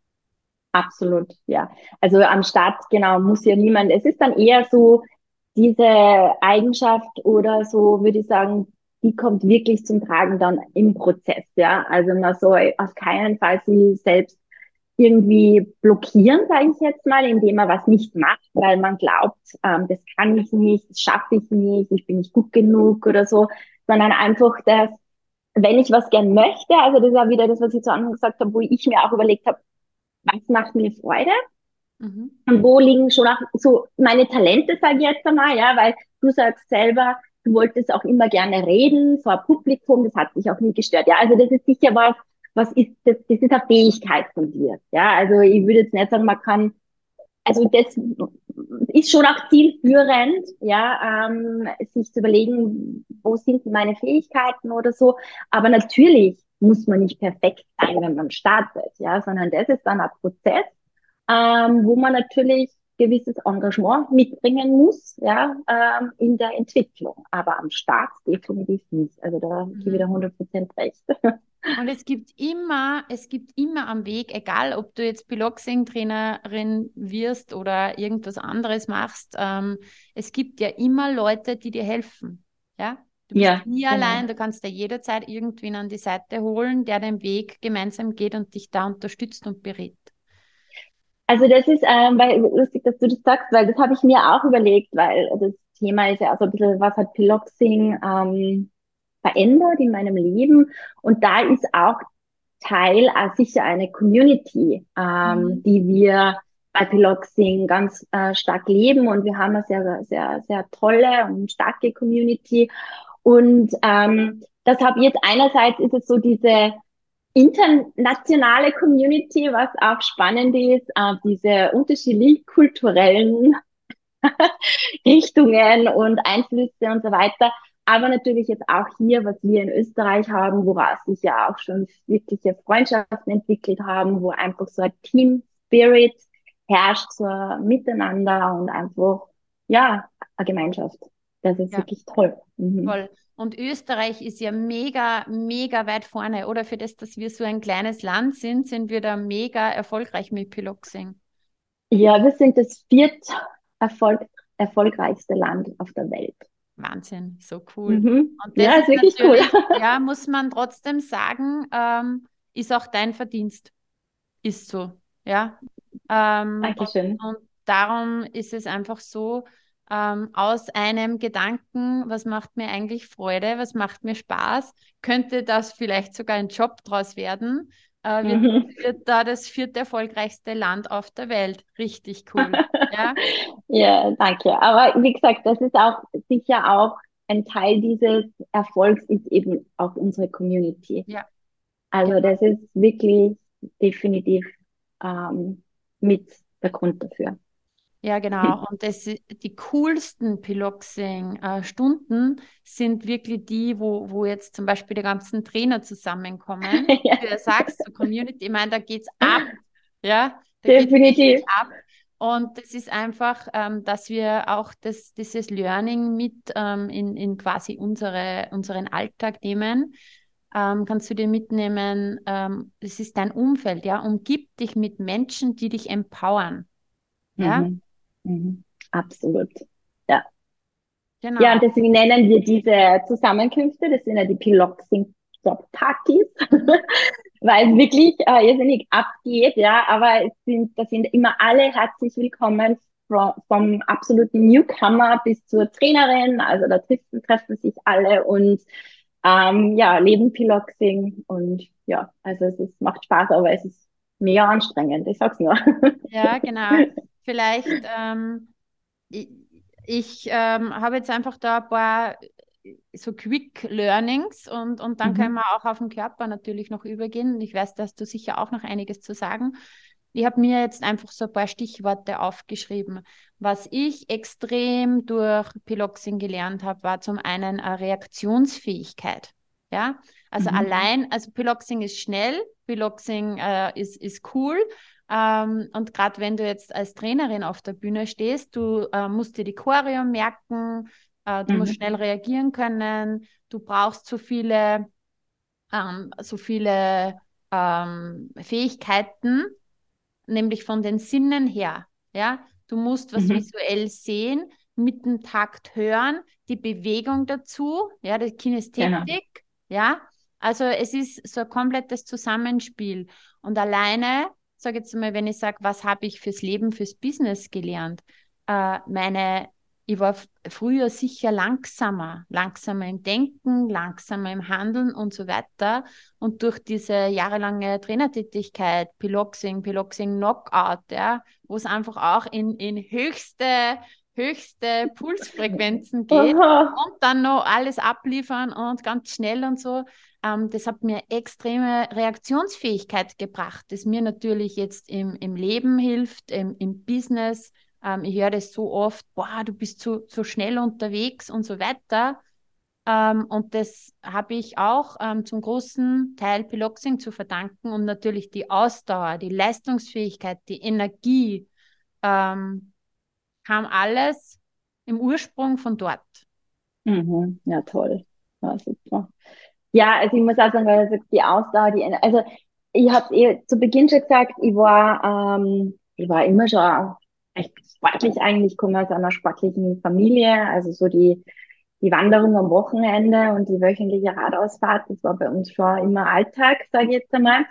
Absolut, ja. Also am Start, genau, muss ja niemand. Es ist dann eher so diese Eigenschaft oder so, würde ich sagen, die kommt wirklich zum Tragen dann im Prozess, ja. Also man soll auf keinen Fall sich selbst irgendwie blockieren, sage ich jetzt mal, indem man was nicht macht, weil man glaubt, das kann ich nicht, das schaffe ich nicht, ich bin nicht gut genug oder so, sondern einfach das, wenn ich was gern möchte, also das ist auch wieder das, was ich zu Anfang gesagt habe, wo ich mir auch überlegt habe, was macht mir Freude Mhm. und wo liegen schon auch so meine Talente, sage ich jetzt einmal, ja, weil du sagst selber, du wolltest auch immer gerne reden vor Publikum, das hat dich auch nie gestört. Ja, also das ist sicher was, was ist, das ist eine Fähigkeit von dir. Ja, also ich würde jetzt nicht sagen, man kann, also das ist schon auch zielführend, ja, sich zu überlegen, wo sind meine Fähigkeiten oder so. Aber natürlich muss man nicht perfekt sein, wenn man startet, ja, sondern das ist dann ein Prozess, wo man natürlich gewisses Engagement mitbringen muss, ja, in der Entwicklung. Aber am Start definitiv nicht. Also da gebe ich Mhm. wieder 100% recht. Und es gibt immer am Weg, egal ob du jetzt Piloxing-Trainerin wirst oder irgendwas anderes machst, es gibt ja immer Leute, die dir helfen. Ja? Du bist Ja, nie genau. allein, du kannst dir jederzeit irgendwen an die Seite holen, der den Weg gemeinsam geht und dich da unterstützt und berät. Also das ist weil, lustig, dass du das sagst, weil das habe ich mir auch überlegt, weil das Thema ist ja auch so ein bisschen, was hat Piloxing verändert in meinem Leben? Und da ist auch Teil sicher eine Community, Mhm. die wir bei Piloxing ganz stark leben. Und wir haben eine sehr, sehr, sehr tolle und starke Community. Und deshalb jetzt einerseits ist es so diese internationale Community, was auch spannend ist, diese unterschiedlich kulturellen Richtungen und Einflüsse und so weiter. Aber natürlich jetzt auch hier, was wir in Österreich haben, woraus sich ja auch schon wirkliche Freundschaften entwickelt haben, wo einfach so ein Team Spirit herrscht, so ein Miteinander und einfach, ja, eine Gemeinschaft. Das ist Ja, wirklich toll. Mhm. voll. Und Österreich ist ja mega, mega weit vorne. Oder für das, dass wir so ein kleines Land sind, sind wir da mega erfolgreich mit Piloxing. Ja, wir sind das erfolgreichste Land auf der Welt. Wahnsinn, so cool. Mhm. Und das Ja, ist ist wirklich cool. natürlich, ja, muss man trotzdem sagen, ist auch dein Verdienst. Ist so, ja. Dankeschön. Und darum ist es einfach so, aus einem Gedanken, was macht mir eigentlich Freude, was macht mir Spaß, könnte das vielleicht sogar ein Job draus werden, Mhm. wird da das vierte erfolgreichste Land auf der Welt. Richtig cool. Ja, Ja, danke. Aber wie gesagt, das ist auch sicher auch ein Teil dieses Erfolgs ist eben auch unsere Community. ja, Also genau. das ist wirklich definitiv ähm, mit der Grund dafür. Ja, genau. Und die coolsten Piloxing-Stunden sind wirklich die, wo jetzt zum Beispiel die ganzen Trainer zusammenkommen. Ja, Wie du ja sagst, so Community, ich meine, da geht's ab. Ja, da geht's definitiv. richtig ab. Und das ist einfach, dass wir auch dieses Learning mit in quasi unseren Alltag nehmen. Kannst du dir mitnehmen, das ist dein Umfeld, ja. Umgib dich mit Menschen, die dich empowern. Ja, Mhm. Mhm. Absolut. Ja. Ja, und genau. deswegen nennen wir diese Zusammenkünfte, das sind ja die Piloxing Job Partys, Mhm. weil es wirklich irrsinnig abgeht, ja, aber da sind immer alle herzlich willkommen, vom absoluten Newcomer bis zur Trainerin, also da treffen sich alle und ja, leben Piloxing und ja, also macht Spaß, aber es ist mega anstrengend, ich sag's nur. Ja, genau. Vielleicht, ich, ich habe jetzt einfach da ein paar so Quick Learnings und dann können Mhm. wir auch auf den Körper natürlich noch übergehen. Und ich weiß, dass du sicher auch noch einiges zu sagen. Ich habe mir jetzt einfach so ein paar Stichworte aufgeschrieben. Was ich extrem durch Piloxing gelernt habe, war zum einen eine Reaktionsfähigkeit. Ja, also Mhm. allein, also Piloxing ist schnell, Piloxing ist cool. Und gerade wenn du jetzt als Trainerin auf der Bühne stehst, du musst dir die Choreo merken, du musst Mhm. schnell reagieren können, du brauchst so viele Fähigkeiten, nämlich von den Sinnen her. Ja? Du musst was Mhm. visuell sehen, mit dem Takt hören, die Bewegung dazu, ja, die Genau. Kinästhetik, ja. Also es ist so ein komplettes Zusammenspiel. Und alleine, sage jetzt mal, wenn ich sage, was habe ich fürs Leben, fürs Business gelernt? Meine Ich war früher sicher langsamer im Denken, langsamer im Handeln und so weiter. Und durch diese jahrelange Trainertätigkeit, Piloxing Knockout, ja, wo es einfach auch in höchste Pulsfrequenzen geht Aha. und dann noch alles abliefern und ganz schnell und so, das hat mir extreme Reaktionsfähigkeit gebracht, das mir natürlich jetzt im Leben hilft, im Business. Ich höre das so oft, boah, du bist so schnell unterwegs und so weiter. Und das habe ich auch zum großen Teil Piloxing zu verdanken und natürlich die Ausdauer, die Leistungsfähigkeit, die Energie, ähm, kam alles im Ursprung von dort. Mhm. Ja, toll. Ja, super. Ja, also ich muss auch sagen, weil du sagst, die Ausdauer, also ich habe zu Beginn schon gesagt, ich war immer schon auch recht sportlich eigentlich, ich komme aus einer sportlichen Familie, also so die Wanderung am Wochenende und die wöchentliche Radausfahrt, das war bei uns schon immer Alltag, sage ich jetzt einmal.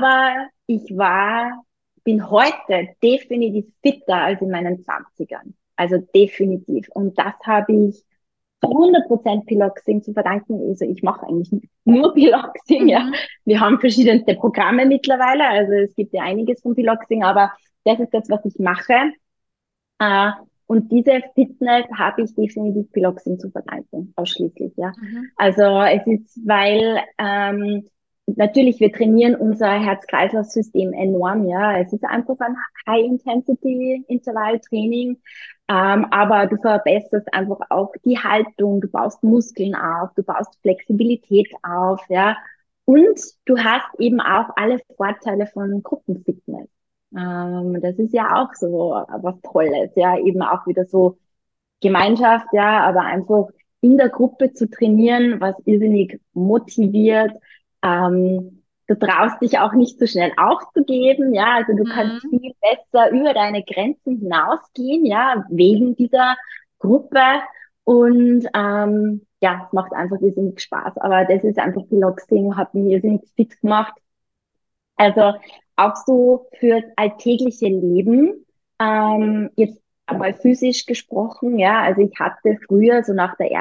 Aber bin heute definitiv fitter als in meinen Zwanzigern. Also definitiv. Und das habe ich zu 100% Piloxing zu verdanken. Also ich mache eigentlich nur Piloxing, ja. Mhm. Wir haben verschiedenste Programme mittlerweile, also es gibt ja einiges von Piloxing, aber das ist das, was ich mache. Äh, und diese Fitness habe ich definitiv Piloxing zu verdanken, ausschließlich, ja. Mhm. Also es ist, weil natürlich wir trainieren unser Herz-Kreislauf-System enorm, ja. Es ist einfach ein High-Intensity-Intervall-Training, aber du verbesserst einfach auch die Haltung, du baust Muskeln auf, du baust Flexibilität auf, ja. Und du hast eben auch alle Vorteile von Gruppenfitness. Das ist ja auch so was Tolles, ja, eben auch wieder so Gemeinschaft, ja, aber einfach in der Gruppe zu trainieren, was irrsinnig motiviert. Du traust dich auch nicht so schnell aufzugeben, ja, also du kannst Mhm. viel besser über deine Grenzen hinausgehen, ja, wegen dieser Gruppe und ja, es macht einfach irrsinnig Spaß, aber das ist einfach Piloxing, hat mich irrsinnig fit gemacht, also auch so fürs alltägliche Leben, jetzt einmal physisch gesprochen, ja, also ich hatte früher so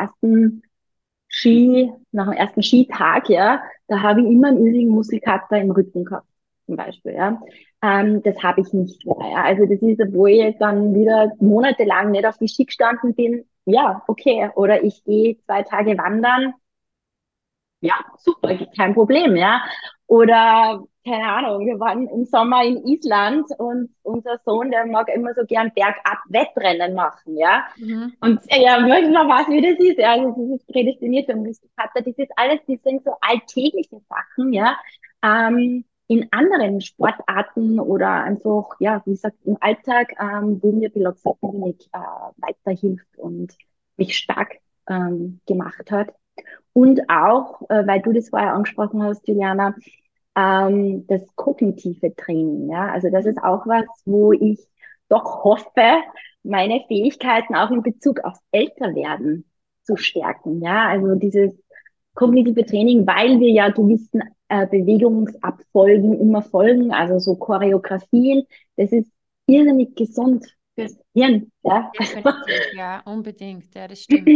nach dem ersten Skitag, ja, da habe ich immer einen riesigen Muskelkater im Rücken gehabt, zum Beispiel, ja. Das habe ich nicht mehr, ja. Also das ist, obwohl ich jetzt dann wieder monatelang nicht auf die Ski gestanden bin, ja, okay. Oder ich gehe 2 Tage wandern, ja, super, kein Problem, ja. Oder, keine Ahnung, wir waren im Sommer in Island und unser Sohn, der mag immer so gern bergab Wettrennen machen, ja. Mhm. Und ja, man weiß, wie das ist, ja. Also dieses prädestinierte Muskelkater, das ist alles, das sind so alltägliche Sachen, ja. In anderen Sportarten oder einfach, ja, wie gesagt, im Alltag, wo mir Piloxapinik weiterhilft und mich stark gemacht hat. Und auch, weil du das vorher angesprochen hast, Juliana, das kognitive Training. Ja? Also das ist auch was, wo ich doch hoffe, meine Fähigkeiten auch in Bezug aufs Älterwerden zu stärken. Ja? Also dieses kognitive Training, weil wir ja gewissen Bewegungsabfolgen immer folgen, also so Choreografien, das ist irrsinnig gesund fürs Hirn. Ja? Definitiv, ja, unbedingt. Ja, das stimmt.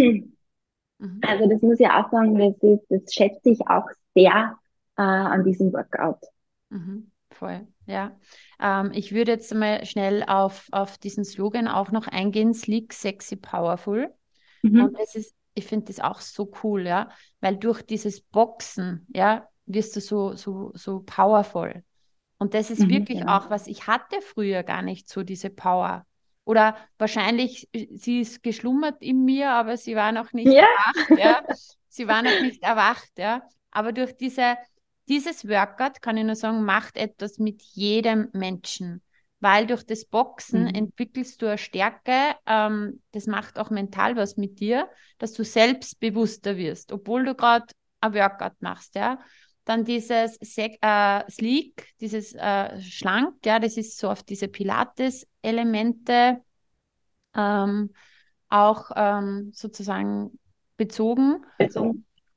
Mhm. Also das muss ich auch sagen, das schätze ich auch sehr an diesem Workout. Mhm. Voll, ja. Ich würde jetzt mal schnell auf diesen Slogan auch noch eingehen: Sleek, sexy, powerful. Und Mhm. das ist, ich finde das auch so cool, ja, weil durch dieses Boxen, ja, wirst du so powerful. Und das ist Mhm, wirklich genau. auch, was ich hatte früher gar nicht so, diese Power. Oder wahrscheinlich, sie ist geschlummert in mir, aber sie war noch nicht Ja, erwacht, ja. Sie war noch nicht erwacht, ja. Aber durch dieses Workout, kann ich nur sagen, macht etwas mit jedem Menschen. Weil durch das Boxen mhm. entwickelst du eine Stärke, das macht auch mental was mit dir, dass du selbstbewusster wirst, obwohl du gerade ein Workout machst, ja. Dann dieses Sleek, dieses Schlank, ja, das ist so auf diese Pilates-Elemente ähm, auch sozusagen bezogen, Also,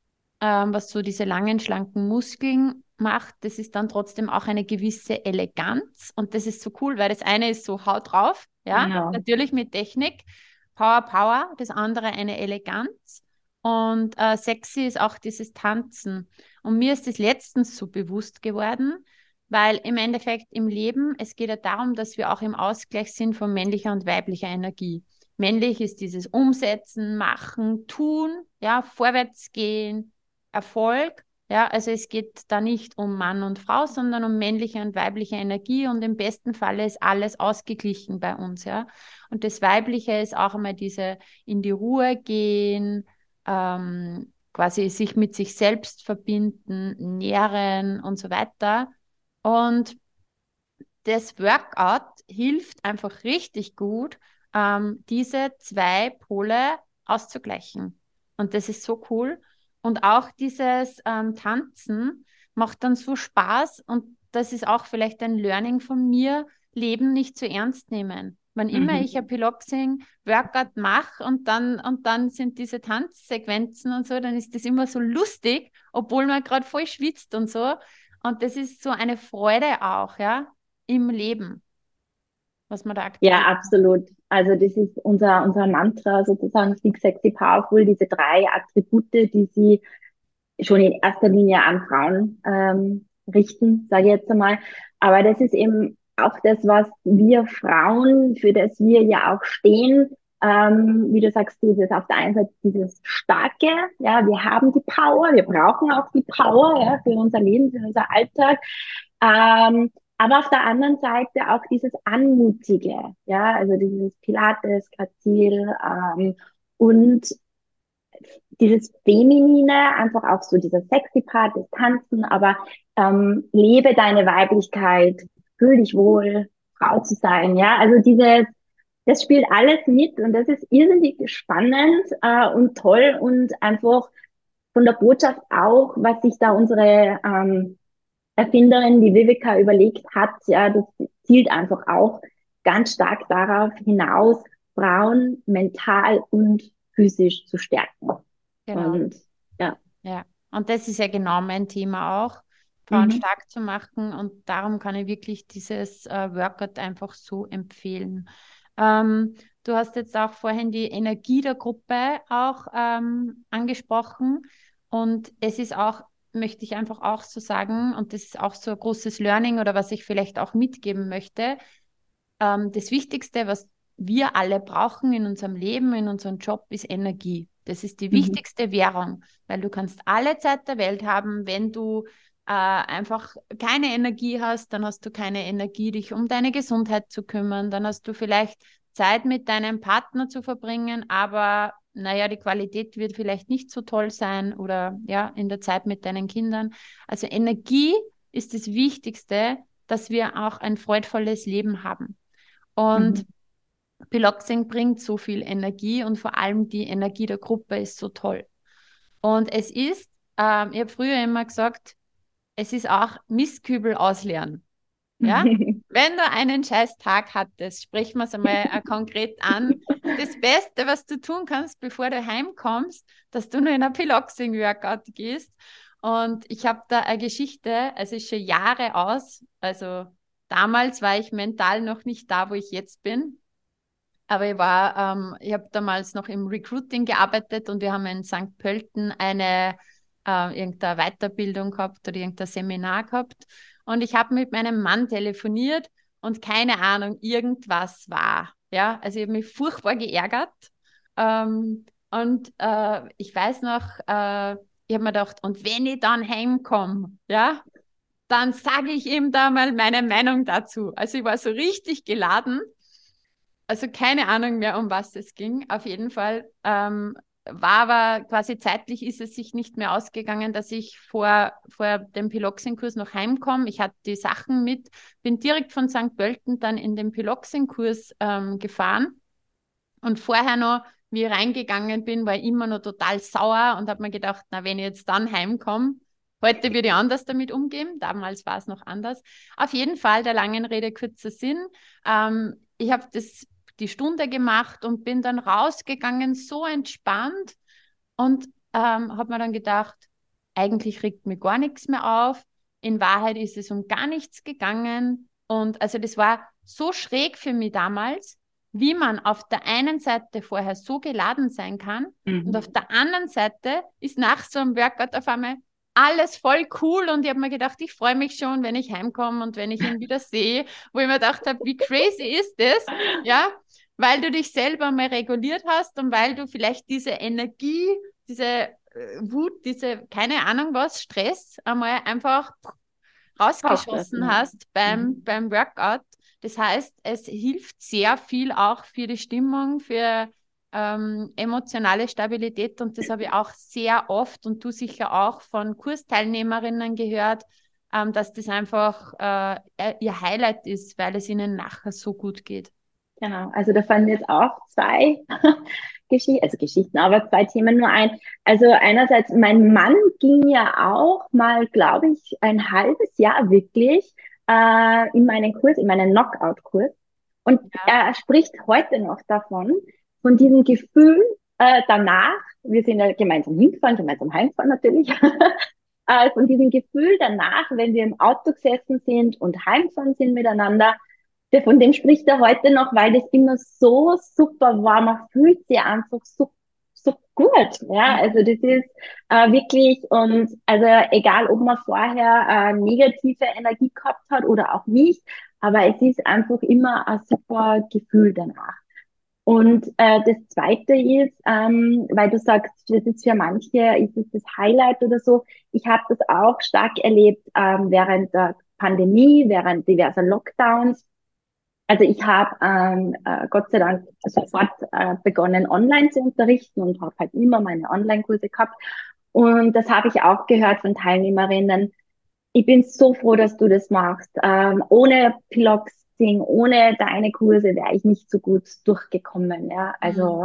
was so diese langen, schlanken Muskeln macht. Das ist dann trotzdem auch eine gewisse Eleganz und das ist so cool, weil das eine ist so Haut drauf, ja, genau. natürlich mit Technik, Power, Power, das andere eine Eleganz. Und sexy ist auch dieses Tanzen. Und mir ist das letztens so bewusst geworden, weil im Endeffekt im Leben, es geht ja darum, dass wir auch im Ausgleich sind von männlicher und weiblicher Energie. Männlich ist dieses Umsetzen, Machen, Tun, ja, vorwärts gehen, Erfolg. Ja, also es geht da nicht um Mann und Frau, sondern um männliche und weibliche Energie und im besten Falle ist alles ausgeglichen bei uns, ja. Und das Weibliche ist auch einmal diese in die Ruhe gehen, quasi sich mit sich selbst verbinden, nähren und so weiter. Und das Workout hilft einfach richtig gut, diese zwei Pole auszugleichen. Und das ist so cool. Und auch dieses Tanzen macht dann so Spaß. Und das ist auch vielleicht ein Learning von mir, Leben nicht zu ernst nehmen. Wann immer ich ein Mhm. Piloxing-Workout mache und dann sind diese Tanzsequenzen und so, dann ist das immer so lustig, obwohl man gerade voll schwitzt und so. Und das ist so eine Freude auch, ja, im Leben. was wir da Ja, aktivieren. absolut. Also das ist unser Mantra sozusagen, Think Sexy Powerful, diese 3 Attribute, die sie schon in erster Linie an Frauen richten, sage ich jetzt einmal. Aber das ist eben auch das, was wir Frauen, für das wir ja auch stehen. Wie du sagst, dieses auf der einen Seite dieses Starke, ja, wir haben die Power, wir brauchen auch die Power, ja, für unser Leben, für unser Alltag. Aber auf der anderen Seite auch dieses Anmutige, ja, also dieses Pilates, Grazil, und dieses Feminine, einfach auch so dieser sexy Part, das Tanzen, aber lebe deine Weiblichkeit, fühl dich wohl, Frau zu sein, ja, also das spielt alles mit und das ist irrsinnig spannend und toll und einfach von der Botschaft auch, was sich da unsere Erfinderin, die Viveka, überlegt hat, ja, das zielt einfach auch ganz stark darauf hinaus, Frauen mental und physisch zu stärken. Genau. Und ja. Ja, und das ist ja genau mein Thema auch, Frauen Mhm. stark zu machen. Und darum kann ich wirklich dieses Workout einfach so empfehlen. Du hast jetzt auch vorhin die Energie der Gruppe auch angesprochen. Und es ist auch, möchte ich einfach auch so sagen, und das ist auch so ein großes Learning oder was ich vielleicht auch mitgeben möchte, das Wichtigste, was wir alle brauchen in unserem Leben, in unserem Job, ist Energie. Das ist die Mhm. wichtigste Währung, weil du kannst alle Zeit der Welt haben, wenn du einfach keine Energie hast, dann hast du keine Energie, dich um deine Gesundheit zu kümmern, dann hast du vielleicht Zeit mit deinem Partner zu verbringen, aber naja, die Qualität wird vielleicht nicht so toll sein oder ja, in der Zeit mit deinen Kindern. Also Energie ist das Wichtigste, dass wir auch ein freudvolles Leben haben. Mhm. Und Piloxing bringt so viel Energie und vor allem die Energie der Gruppe ist so toll. Und es ist, ich habe früher immer gesagt, es ist auch Mistkübel ausleeren. Ja? Wenn du einen scheiß Tag hattest, sprechen wir es einmal konkret an, ist das Beste, was du tun kannst, bevor du heimkommst, dass du nur in ein Piloxing-Workout gehst. Und ich habe da eine Geschichte, also ist schon Jahre aus, also damals war ich mental noch nicht da, wo ich jetzt bin. Aber ich habe damals noch im Recruiting gearbeitet und wir haben in St. Pölten irgendeine Weiterbildung gehabt oder irgendein Seminar gehabt. Und ich habe mit meinem Mann telefoniert und keine Ahnung, irgendwas war. Ja, also ich habe mich furchtbar geärgert. Ich weiß noch, ich habe mir gedacht, und wenn ich dann heimkomme, ja, dann sage ich ihm da mal meine Meinung dazu. Also ich war so richtig geladen, also keine Ahnung mehr, um was es ging. Auf jeden Fall war aber quasi zeitlich ist es sich nicht mehr ausgegangen, dass ich vor dem Piloxing-Kurs noch heimkomme. Ich hatte die Sachen mit, bin direkt von St. Pölten dann in den Piloxing-Kurs gefahren. Und vorher noch, wie ich reingegangen bin, war ich immer noch total sauer und habe mir gedacht, na, wenn ich jetzt dann heimkomme, heute würde ich anders damit umgehen. Damals war es noch anders. Auf jeden Fall, der langen Rede kurzer Sinn. Ich habe die Stunde gemacht und bin dann rausgegangen, so entspannt und habe mir dann gedacht, eigentlich regt mir gar nichts mehr auf. In Wahrheit ist es um gar nichts gegangen. Und also das war so schräg für mich damals, wie man auf der einen Seite vorher so geladen sein kann und Mhm. auf der anderen Seite ist nach so einem Workout auf einmal alles voll cool und ich habe mir gedacht, ich freue mich schon, wenn ich heimkomme und wenn ich ihn wieder sehe, wo ich mir gedacht habe, wie crazy ist das? Ja, weil du dich selber mal reguliert hast und weil du vielleicht diese Energie, diese Wut, diese, keine Ahnung was, Stress einmal einfach rausgeschossen Rauslassen. hast Mhm. beim Workout. Das heißt, es hilft sehr viel auch für die Stimmung, für emotionale Stabilität und das habe ich auch sehr oft und du sicher auch von Kursteilnehmerinnen gehört, dass das einfach ihr Highlight ist, weil es ihnen nachher so gut geht. Genau, also da fallen mir jetzt auch 2 Geschichten, aber 2 Themen nur ein. Also einerseits, mein Mann ging ja auch mal, glaube ich, ein halbes Jahr wirklich in meinen Kurs, in meinen Knockout-Kurs. Und Ja. er spricht heute noch davon, von diesem Gefühl danach, wir sind ja gemeinsam hingefahren, gemeinsam heimgefahren natürlich, von diesem Gefühl danach, wenn wir im Auto gesessen sind und heimgefahren sind miteinander, von dem spricht er heute noch, weil das immer so super war. Man fühlt sich einfach so gut. Ja, also das ist wirklich, und also egal, ob man vorher negative Energie gehabt hat oder auch nicht, aber es ist einfach immer ein super Gefühl danach. Und das Zweite ist, weil du sagst, das ist für manche ist es das Highlight oder so. Ich habe das auch stark erlebt während der Pandemie, während diverser Lockdowns. Also ich habe Gott sei Dank sofort begonnen, online zu unterrichten und habe halt immer meine Online-Kurse gehabt. Und das habe ich auch gehört von Teilnehmerinnen. Ich bin so froh, dass du das machst. Ohne Piloxing, ohne deine Kurse wäre ich nicht so gut durchgekommen. Ja, Mhm. also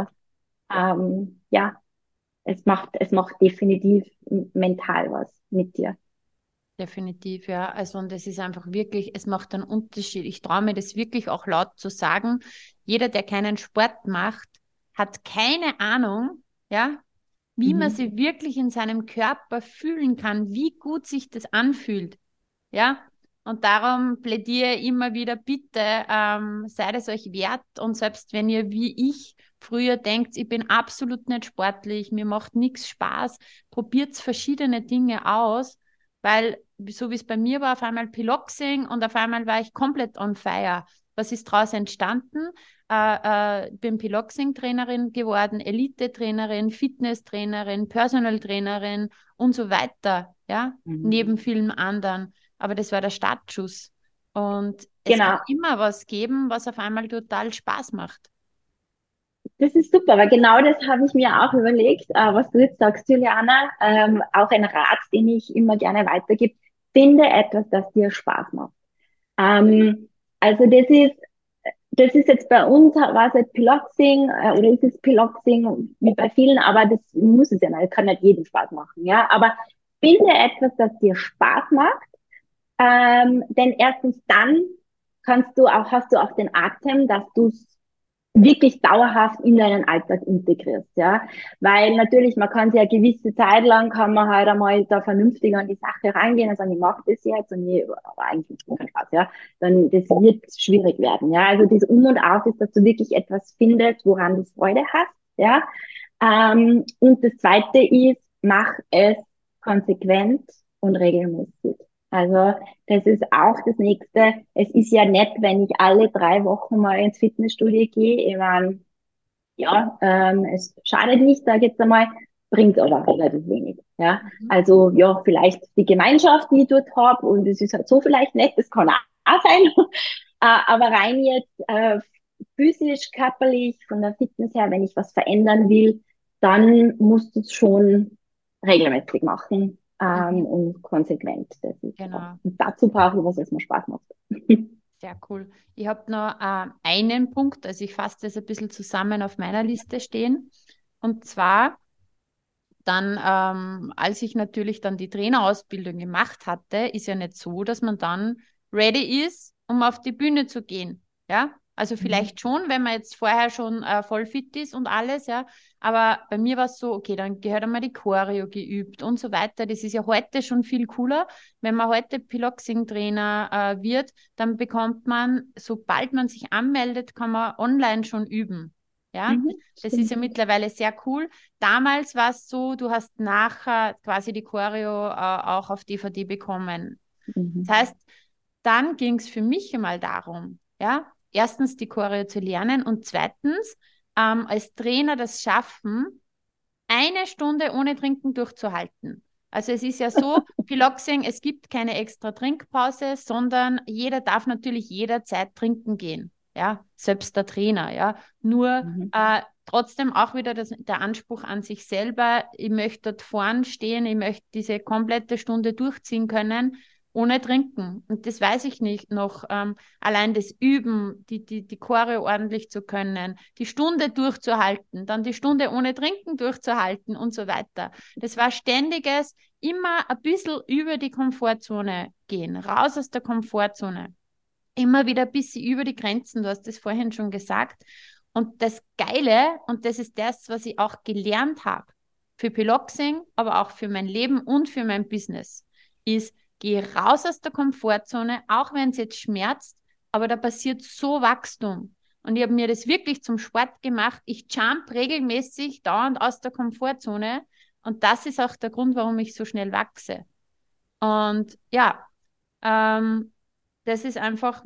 ja, es macht definitiv mental was mit dir. Definitiv, ja. Also, und es ist einfach wirklich, es macht einen Unterschied. Ich traue mir das wirklich auch laut zu sagen. Jeder, der keinen Sport macht, hat keine Ahnung, ja, wie man Mhm. sich wirklich in seinem Körper fühlen kann, wie gut sich das anfühlt. Ja, und darum plädiere ich immer wieder, bitte seid es euch wert, und selbst wenn ihr wie ich früher denkt, ich bin absolut nicht sportlich, mir macht nichts Spaß, probiert verschiedene Dinge aus, weil so wie es bei mir war, auf einmal Piloxing und auf einmal war ich komplett on fire. Was ist daraus entstanden? Bin Piloxing-Trainerin geworden, Elite-Trainerin, Fitness-Trainerin, Personal-Trainerin und so weiter, ja, Mhm. neben vielen anderen. Aber das war der Startschuss. Und es kann Genau, immer was geben, was auf einmal total Spaß macht. das ist super, weil genau das habe ich mir auch überlegt, was du jetzt sagst, Juliana. Auch ein Rat, den ich immer gerne weitergebe. Finde etwas, das dir Spaß macht. Ähm, also das ist jetzt bei uns, war es jetzt Piloxing oder ist es Piloxing wie bei vielen, aber das muss es ja nicht, das kann nicht jedem Spaß machen, ja. Aber finde etwas, das dir Spaß macht, denn erstens dann hast du auch den Atem, dass du es wirklich dauerhaft in deinen Alltag integrierst, ja. Weil natürlich, man kann sich eine gewisse Zeit lang, kann man halt einmal da vernünftig an die Sache rangehen und sagen, ich mache das jetzt und ich, aber eigentlich macht keinen Spaß, ja. Dann, das wird schwierig werden, ja. Also das Um und Auf ist, dass du wirklich etwas findest, woran du Freude hast, ja. Und das Zweite ist, mach es konsequent und regelmäßig. Also das ist auch das Nächste. Es ist ja nett, wenn ich alle 3 Wochen mal ins Fitnessstudio gehe. Ich meine, ja, es schadet nicht, sage ich jetzt einmal, bringt aber relativ wenig. Ja, Mhm. also ja, vielleicht die Gemeinschaft, die ich dort habe, und es ist halt so vielleicht nett, das kann auch sein. Aber rein jetzt physisch, körperlich, von der Fitness her, wenn ich was verändern will, dann musst du es schon regelmäßig machen Mhm. und konsequent. Das ist, ja. Genau, Und dazu brauche ich was, was mir Spaß macht. sehr cool. Ich habe noch einen Punkt, also ich fasse das ein bisschen zusammen auf meiner Liste stehen. Und zwar dann, als ich natürlich dann die Trainerausbildung gemacht hatte, ist ja nicht so, dass man dann ready ist, um auf die Bühne zu gehen. Ja, also Mhm. vielleicht schon, wenn man jetzt vorher schon voll fit ist und alles, ja. Aber bei mir war es so, okay, dann gehört einmal die Choreo geübt und so weiter. Das ist ja heute schon viel cooler. Wenn man heute Piloxing-Trainer wird, dann bekommt man, sobald man sich anmeldet, kann man online schon üben. Ja, Mhm, das ist stimmt. ja mittlerweile sehr cool. Damals war es so, du hast nachher quasi die Choreo auch auf DVD bekommen. Das Mhm. heißt, dann ging es für mich einmal darum, ja, erstens die Choreo zu lernen und zweitens als Trainer das schaffen, 1 Stunde ohne Trinken durchzuhalten. Also es ist ja so, Piloxing, es gibt keine extra Trinkpause, sondern jeder darf natürlich jederzeit trinken gehen. Ja, selbst der Trainer, ja. Nur Mhm. trotzdem auch wieder der Anspruch an sich selber, ich möchte dort vorn stehen, ich möchte diese komplette Stunde durchziehen können, ohne Trinken. Und das weiß ich nicht noch. Allein das Üben, die Choreo ordentlich zu können, die Stunde durchzuhalten, dann die Stunde ohne Trinken durchzuhalten und so weiter. Das war ständiges, immer ein bisschen über die Komfortzone gehen, raus aus der Komfortzone. Immer wieder ein bisschen über die Grenzen, du hast das vorhin schon gesagt. Und das Geile, und das ist das, was ich auch gelernt habe, für Piloxing, aber auch für mein Leben und für mein Business, ist, geh raus aus der Komfortzone, auch wenn es jetzt schmerzt, aber da passiert so Wachstum. Und ich habe mir das wirklich zum Sport gemacht. Ich jump regelmäßig dauernd aus der Komfortzone. Und das ist auch der Grund, warum ich so schnell wachse. Und ja, das ist einfach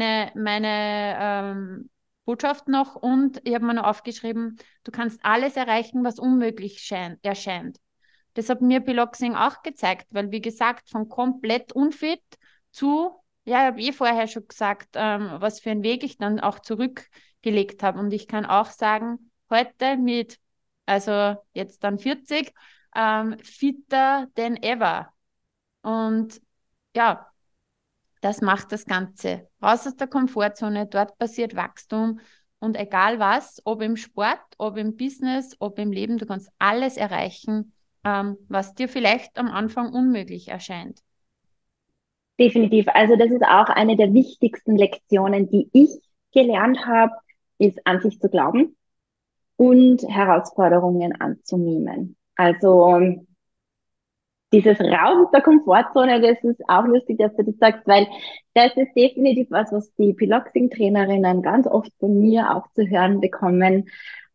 meine Botschaft noch. Und ich habe mir noch aufgeschrieben, du kannst alles erreichen, was unmöglich erscheint. Das hat mir Piloxing auch gezeigt, weil wie gesagt, von komplett unfit zu, ja, ich habe vorher schon gesagt, was für einen Weg ich dann auch zurückgelegt habe. Und ich kann auch sagen, heute mit, also jetzt dann 40, fitter than ever. Und ja, das macht das Ganze. Raus aus der Komfortzone, dort passiert Wachstum. Und egal was, ob im Sport, ob im Business, ob im Leben, du kannst alles erreichen, was dir vielleicht am Anfang unmöglich erscheint. Definitiv. Also das ist auch eine der wichtigsten Lektionen, die ich gelernt habe, ist an sich zu glauben und Herausforderungen anzunehmen. Also dieses Raus aus der Komfortzone, das ist auch lustig, dass du das sagst, weil das ist definitiv was, was die Piloxing-Trainerinnen ganz oft von mir auch zu hören bekommen,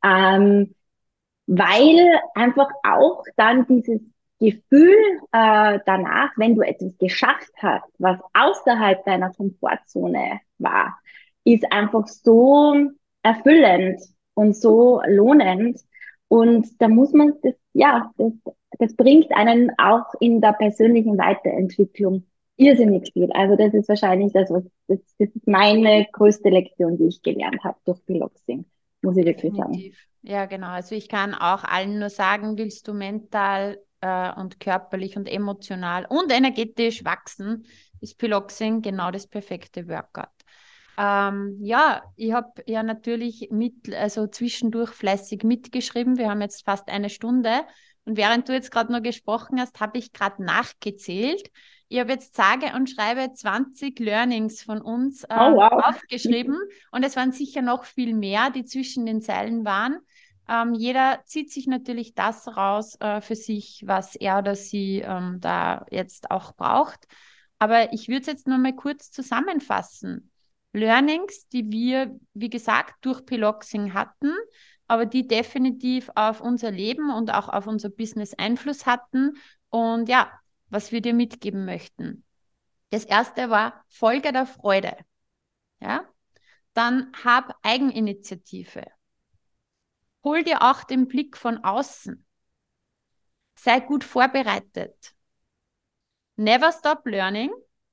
weil einfach auch dann dieses Gefühl danach, wenn du etwas geschafft hast, was außerhalb deiner Komfortzone war, ist einfach so erfüllend und so lohnend. Und da muss man das, ja, das bringt einen auch in der persönlichen Weiterentwicklung irrsinnig viel. Also das ist wahrscheinlich das ist meine größte Lektion, die ich gelernt habe durch Piloxing, muss ich wirklich sagen. Definitiv. Ja, genau. Also ich kann auch allen nur sagen, willst du mental und körperlich und emotional und energetisch wachsen, ist Piloxing genau das perfekte Workout. Ja, ich habe ja natürlich also zwischendurch fleißig mitgeschrieben. Wir haben jetzt fast eine Stunde. Und während du jetzt gerade noch gesprochen hast, habe ich gerade nachgezählt. Ich habe jetzt sage und schreibe 20 Learnings von uns Oh, wow. aufgeschrieben. Und es waren sicher noch viel mehr, die zwischen den Zeilen waren. Jeder zieht sich natürlich das raus für sich, was er oder sie da jetzt auch braucht. Aber ich würde es jetzt nur mal kurz zusammenfassen. Learnings, die wir, wie gesagt, durch Piloxing hatten, aber die definitiv auf unser Leben und auch auf unser Business Einfluss hatten. Und ja, was wir dir mitgeben möchten. Das erste war Folge der Freude. Ja? Dann hab Eigeninitiative. Hol dir auch den Blick von außen. Sei gut vorbereitet. Never stop learning.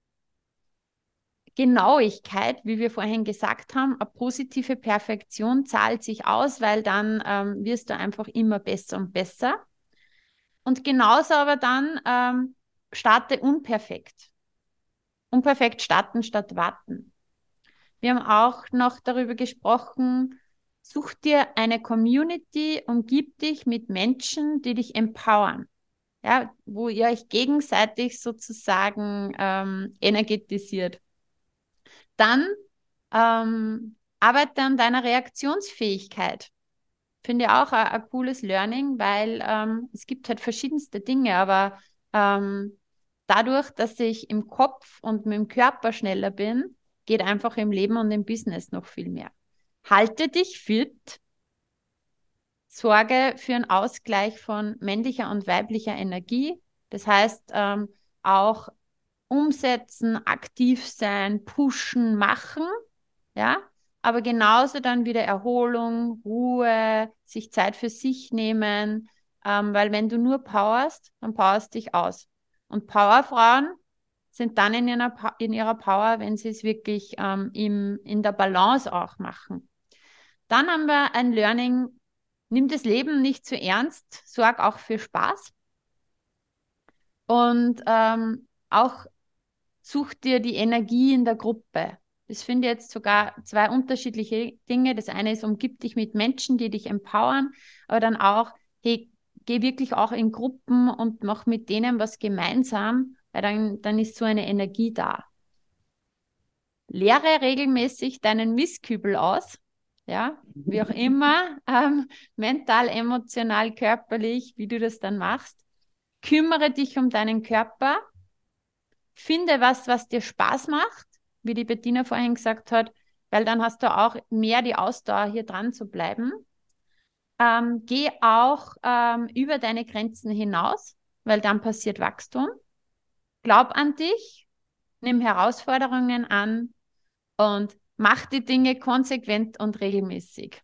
Genauigkeit, wie wir vorhin gesagt haben, eine positive Perfektion zahlt sich aus, weil dann wirst du einfach immer besser und besser. Und genauso aber dann starte unperfekt. Unperfekt starten statt warten. Wir haben auch noch darüber gesprochen, such dir eine Community, umgib dich mit Menschen, die dich empowern. Ja, wo ihr euch gegenseitig sozusagen energetisiert. Dann arbeite an deiner Reaktionsfähigkeit. Finde ich auch ein cooles Learning, weil es gibt halt verschiedenste Dinge, aber dadurch, dass ich im Kopf und mit dem Körper schneller bin, geht einfach im Leben und im Business noch viel mehr. Halte dich fit, sorge für einen Ausgleich von männlicher und weiblicher Energie. Das heißt, auch umsetzen, aktiv sein, pushen, machen, ja, aber genauso dann wieder Erholung, Ruhe, sich Zeit für sich nehmen, weil wenn du nur powerst, dann powerst dich aus. Und Powerfrauen sind dann in ihrer Power, wenn sie es wirklich in der Balance auch machen. Dann haben wir ein Learning, nimm das Leben nicht zu ernst, sorg auch für Spaß und auch such dir die Energie in der Gruppe. Das finde ich jetzt sogar zwei unterschiedliche Dinge. Das eine ist, umgib dich mit Menschen, die dich empowern, aber dann auch, hey, geh wirklich auch in Gruppen und mach mit denen was gemeinsam, weil dann ist so eine Energie da. Leere regelmäßig deinen Mistkübel aus, ja, wie auch immer, mental, emotional, körperlich, wie du das dann machst. Kümmere dich um deinen Körper. Finde was dir Spaß macht. wie die Bettina vorhin gesagt hat, weil dann hast du auch mehr die Ausdauer, hier dran zu bleiben. Geh auch über deine Grenzen hinaus, weil dann passiert Wachstum. Glaub an dich, nimm Herausforderungen an und mach die Dinge konsequent und regelmäßig.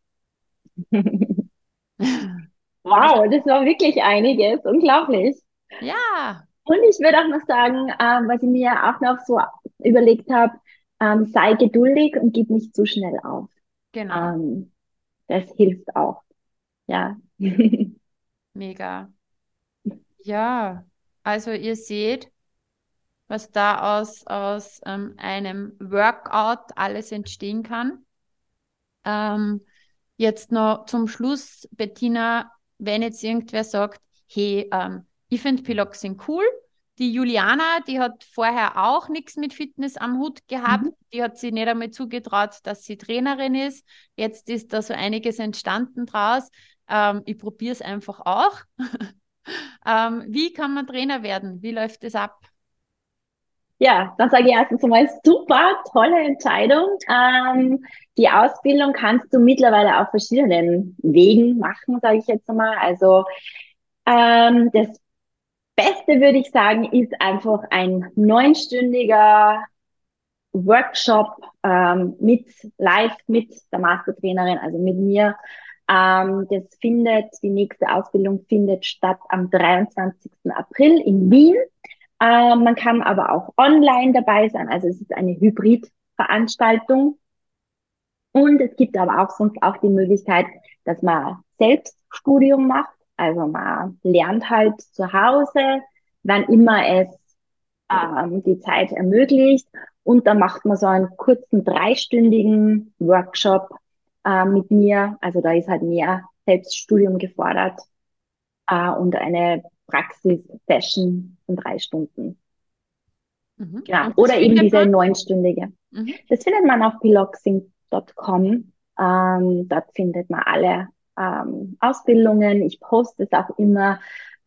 Wow, das war wirklich einiges. Unglaublich. Ja, Und ich würde auch noch sagen, was ich mir auch noch so überlegt habe, sei geduldig und gib nicht zu schnell auf. genau. Ähm, Das hilft auch. Ja. Mega. Ja, also ihr seht, was da aus einem Workout alles entstehen kann. Ähm, Jetzt noch zum Schluss, Bettina, wenn jetzt irgendwer sagt, hey, ich finde Piloxing cool. Die Juliana, die hat vorher auch nichts mit Fitness am Hut gehabt. Mhm. Die hat sich nicht einmal zugetraut, dass sie Trainerin ist. Jetzt ist da so einiges entstanden draus. Ich probiere es einfach auch. Wie kann man Trainer werden? Wie läuft es ab? Ja, dann sage ich erstens einmal super, tolle Entscheidung. Die Ausbildung kannst du mittlerweile auf verschiedenen Wegen machen, sage ich jetzt einmal. Also das Beste würde ich sagen, ist einfach ein neunstündiger Workshop mit live mit der Mastertrainerin, also mit mir. Die nächste Ausbildung findet statt am 23. April in Wien. Man kann aber auch online dabei sein, also es ist eine Hybridveranstaltung. Und es gibt aber auch sonst auch die Möglichkeit, dass man Selbststudium macht. Also man lernt halt zu Hause, wann immer es die Zeit ermöglicht. Und dann macht man so einen kurzen dreistündigen Workshop mit mir. Also da ist halt mehr Selbststudium gefordert und eine Praxis-Session von 3 Stunden. Mhm. Genau. Und das Oder eben findet diese man? neunstündige. Mhm. Das findet man auf piloxing.com. Dort findet man alle Ausbildungen. Ich poste es auch immer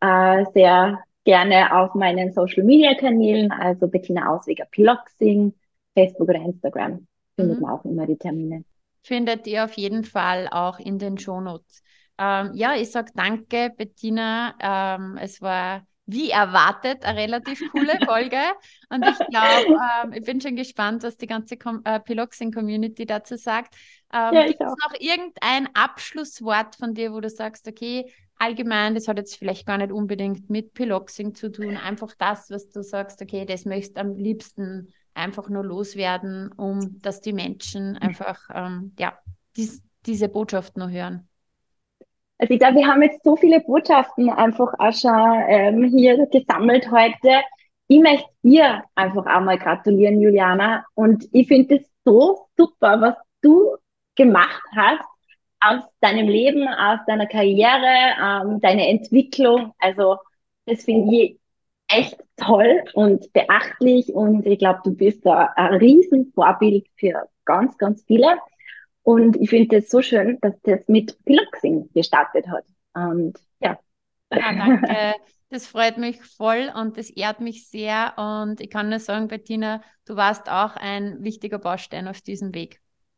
sehr gerne auf meinen Social Media Kanälen, also Bettina Ausweger Piloxing, Facebook oder Instagram findet Mhm. man auch immer die Termine. Findet ihr auf jeden Fall auch in den Shownotes. Ja, ich sage danke, Bettina. Es war wie erwartet eine relativ coole Folge. Und ich glaube, ich bin schon gespannt, was die ganze Piloxing-Community dazu sagt. Ja, Gibt ich es auch. noch irgendein Abschlusswort von dir, wo du sagst, okay, allgemein, das hat jetzt vielleicht gar nicht unbedingt mit Piloxing zu tun, einfach das, was du sagst, okay, das möchtest du am liebsten einfach nur loswerden, um dass die Menschen einfach ja, diese Botschaft nur hören. Also ich glaube, wir haben jetzt so viele Botschaften einfach auch schon hier gesammelt heute. Ich möchte dir einfach einmal gratulieren, Juliana. Und ich finde es so super, was du gemacht hast aus deinem Leben, aus deiner Karriere, deine Entwicklung. Also das finde ich echt toll und beachtlich. Und ich glaube, du bist da ein Riesenvorbild für ganz, ganz viele. Und ich finde es so schön, dass das mit Piloxing gestartet hat. Und ja. Ah, danke. Das freut mich voll und das ehrt mich sehr. Und ich kann nur sagen, Bettina, du warst auch ein wichtiger Baustein auf diesem Weg.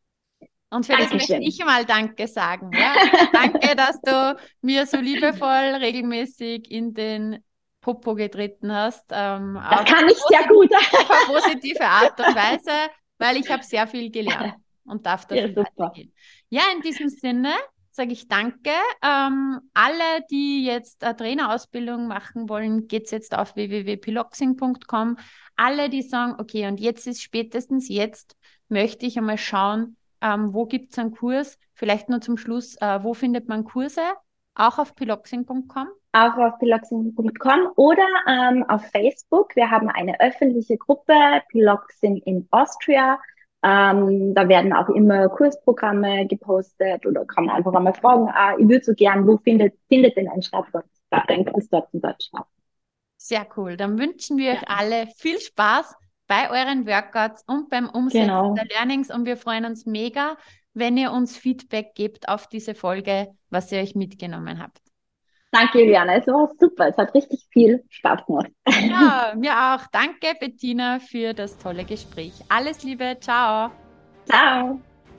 Und für das möchte ich Dankeschön. mal Danke sagen. Ja? Danke, dass du mir so liebevoll regelmäßig in den Popo getreten hast, Das kann ich sehr gut. auf eine positive Art und Weise, weil ich habe sehr viel gelernt und darf Ja, dafür super. weitergehen. Ja, in diesem Sinne sage ich Danke. Alle, die jetzt eine Trainerausbildung machen wollen, geht's jetzt auf www.piloxing.com. Alle, die sagen, okay, und jetzt ist spätestens jetzt, möchte ich einmal schauen, wo gibt es einen Kurs? Vielleicht nur zum Schluss, wo findet man Kurse? Auch auf piloxing.com. Auch auf piloxing.com oder auf Facebook. Wir haben eine öffentliche Gruppe, Piloxing in Austria. Da werden auch immer Kursprogramme gepostet oder kann man einfach einmal fragen, ich würde so gern, wo findet denn ein Kurs dort und dort statt? Sehr cool. Dann wünschen wir Ja, euch alle viel Spaß bei euren Workouts und beim Umsetzen der genau. Learnings. Und wir freuen uns mega, wenn ihr uns Feedback gebt auf diese Folge, was ihr euch mitgenommen habt. Danke, Juliane. Es war super. Es hat richtig viel Spaß gemacht. Ja, mir auch. Danke, Bettina, für das tolle Gespräch. Alles Liebe, ciao. Ciao.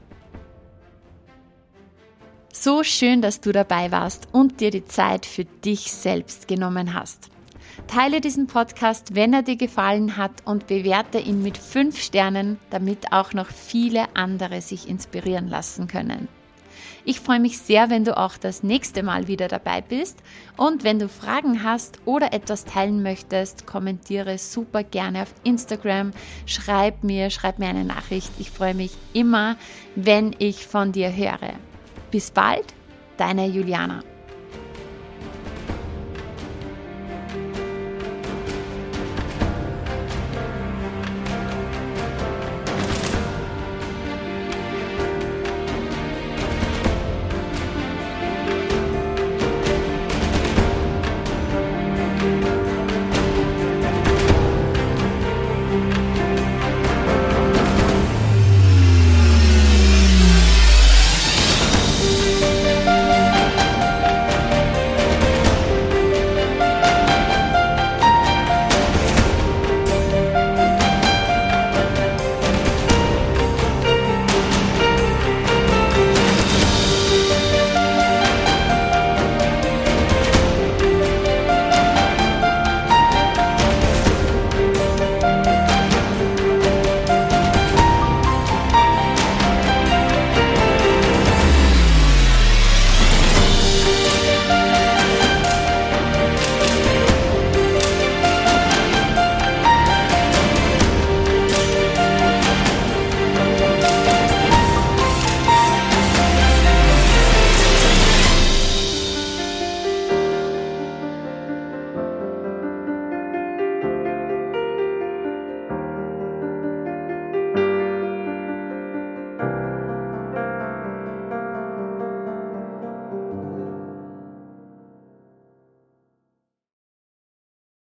So schön, dass du dabei warst und dir die Zeit für dich selbst genommen hast. Teile diesen Podcast, wenn er dir gefallen hat, und bewerte ihn mit 5 Sternen, damit auch noch viele andere sich inspirieren lassen können. Ich freue mich sehr, wenn du auch das nächste Mal wieder dabei bist, und wenn du Fragen hast oder etwas teilen möchtest, kommentiere super gerne auf Instagram, schreib mir eine Nachricht. Ich freue mich immer, wenn ich von dir höre. Bis bald, deine Juliana.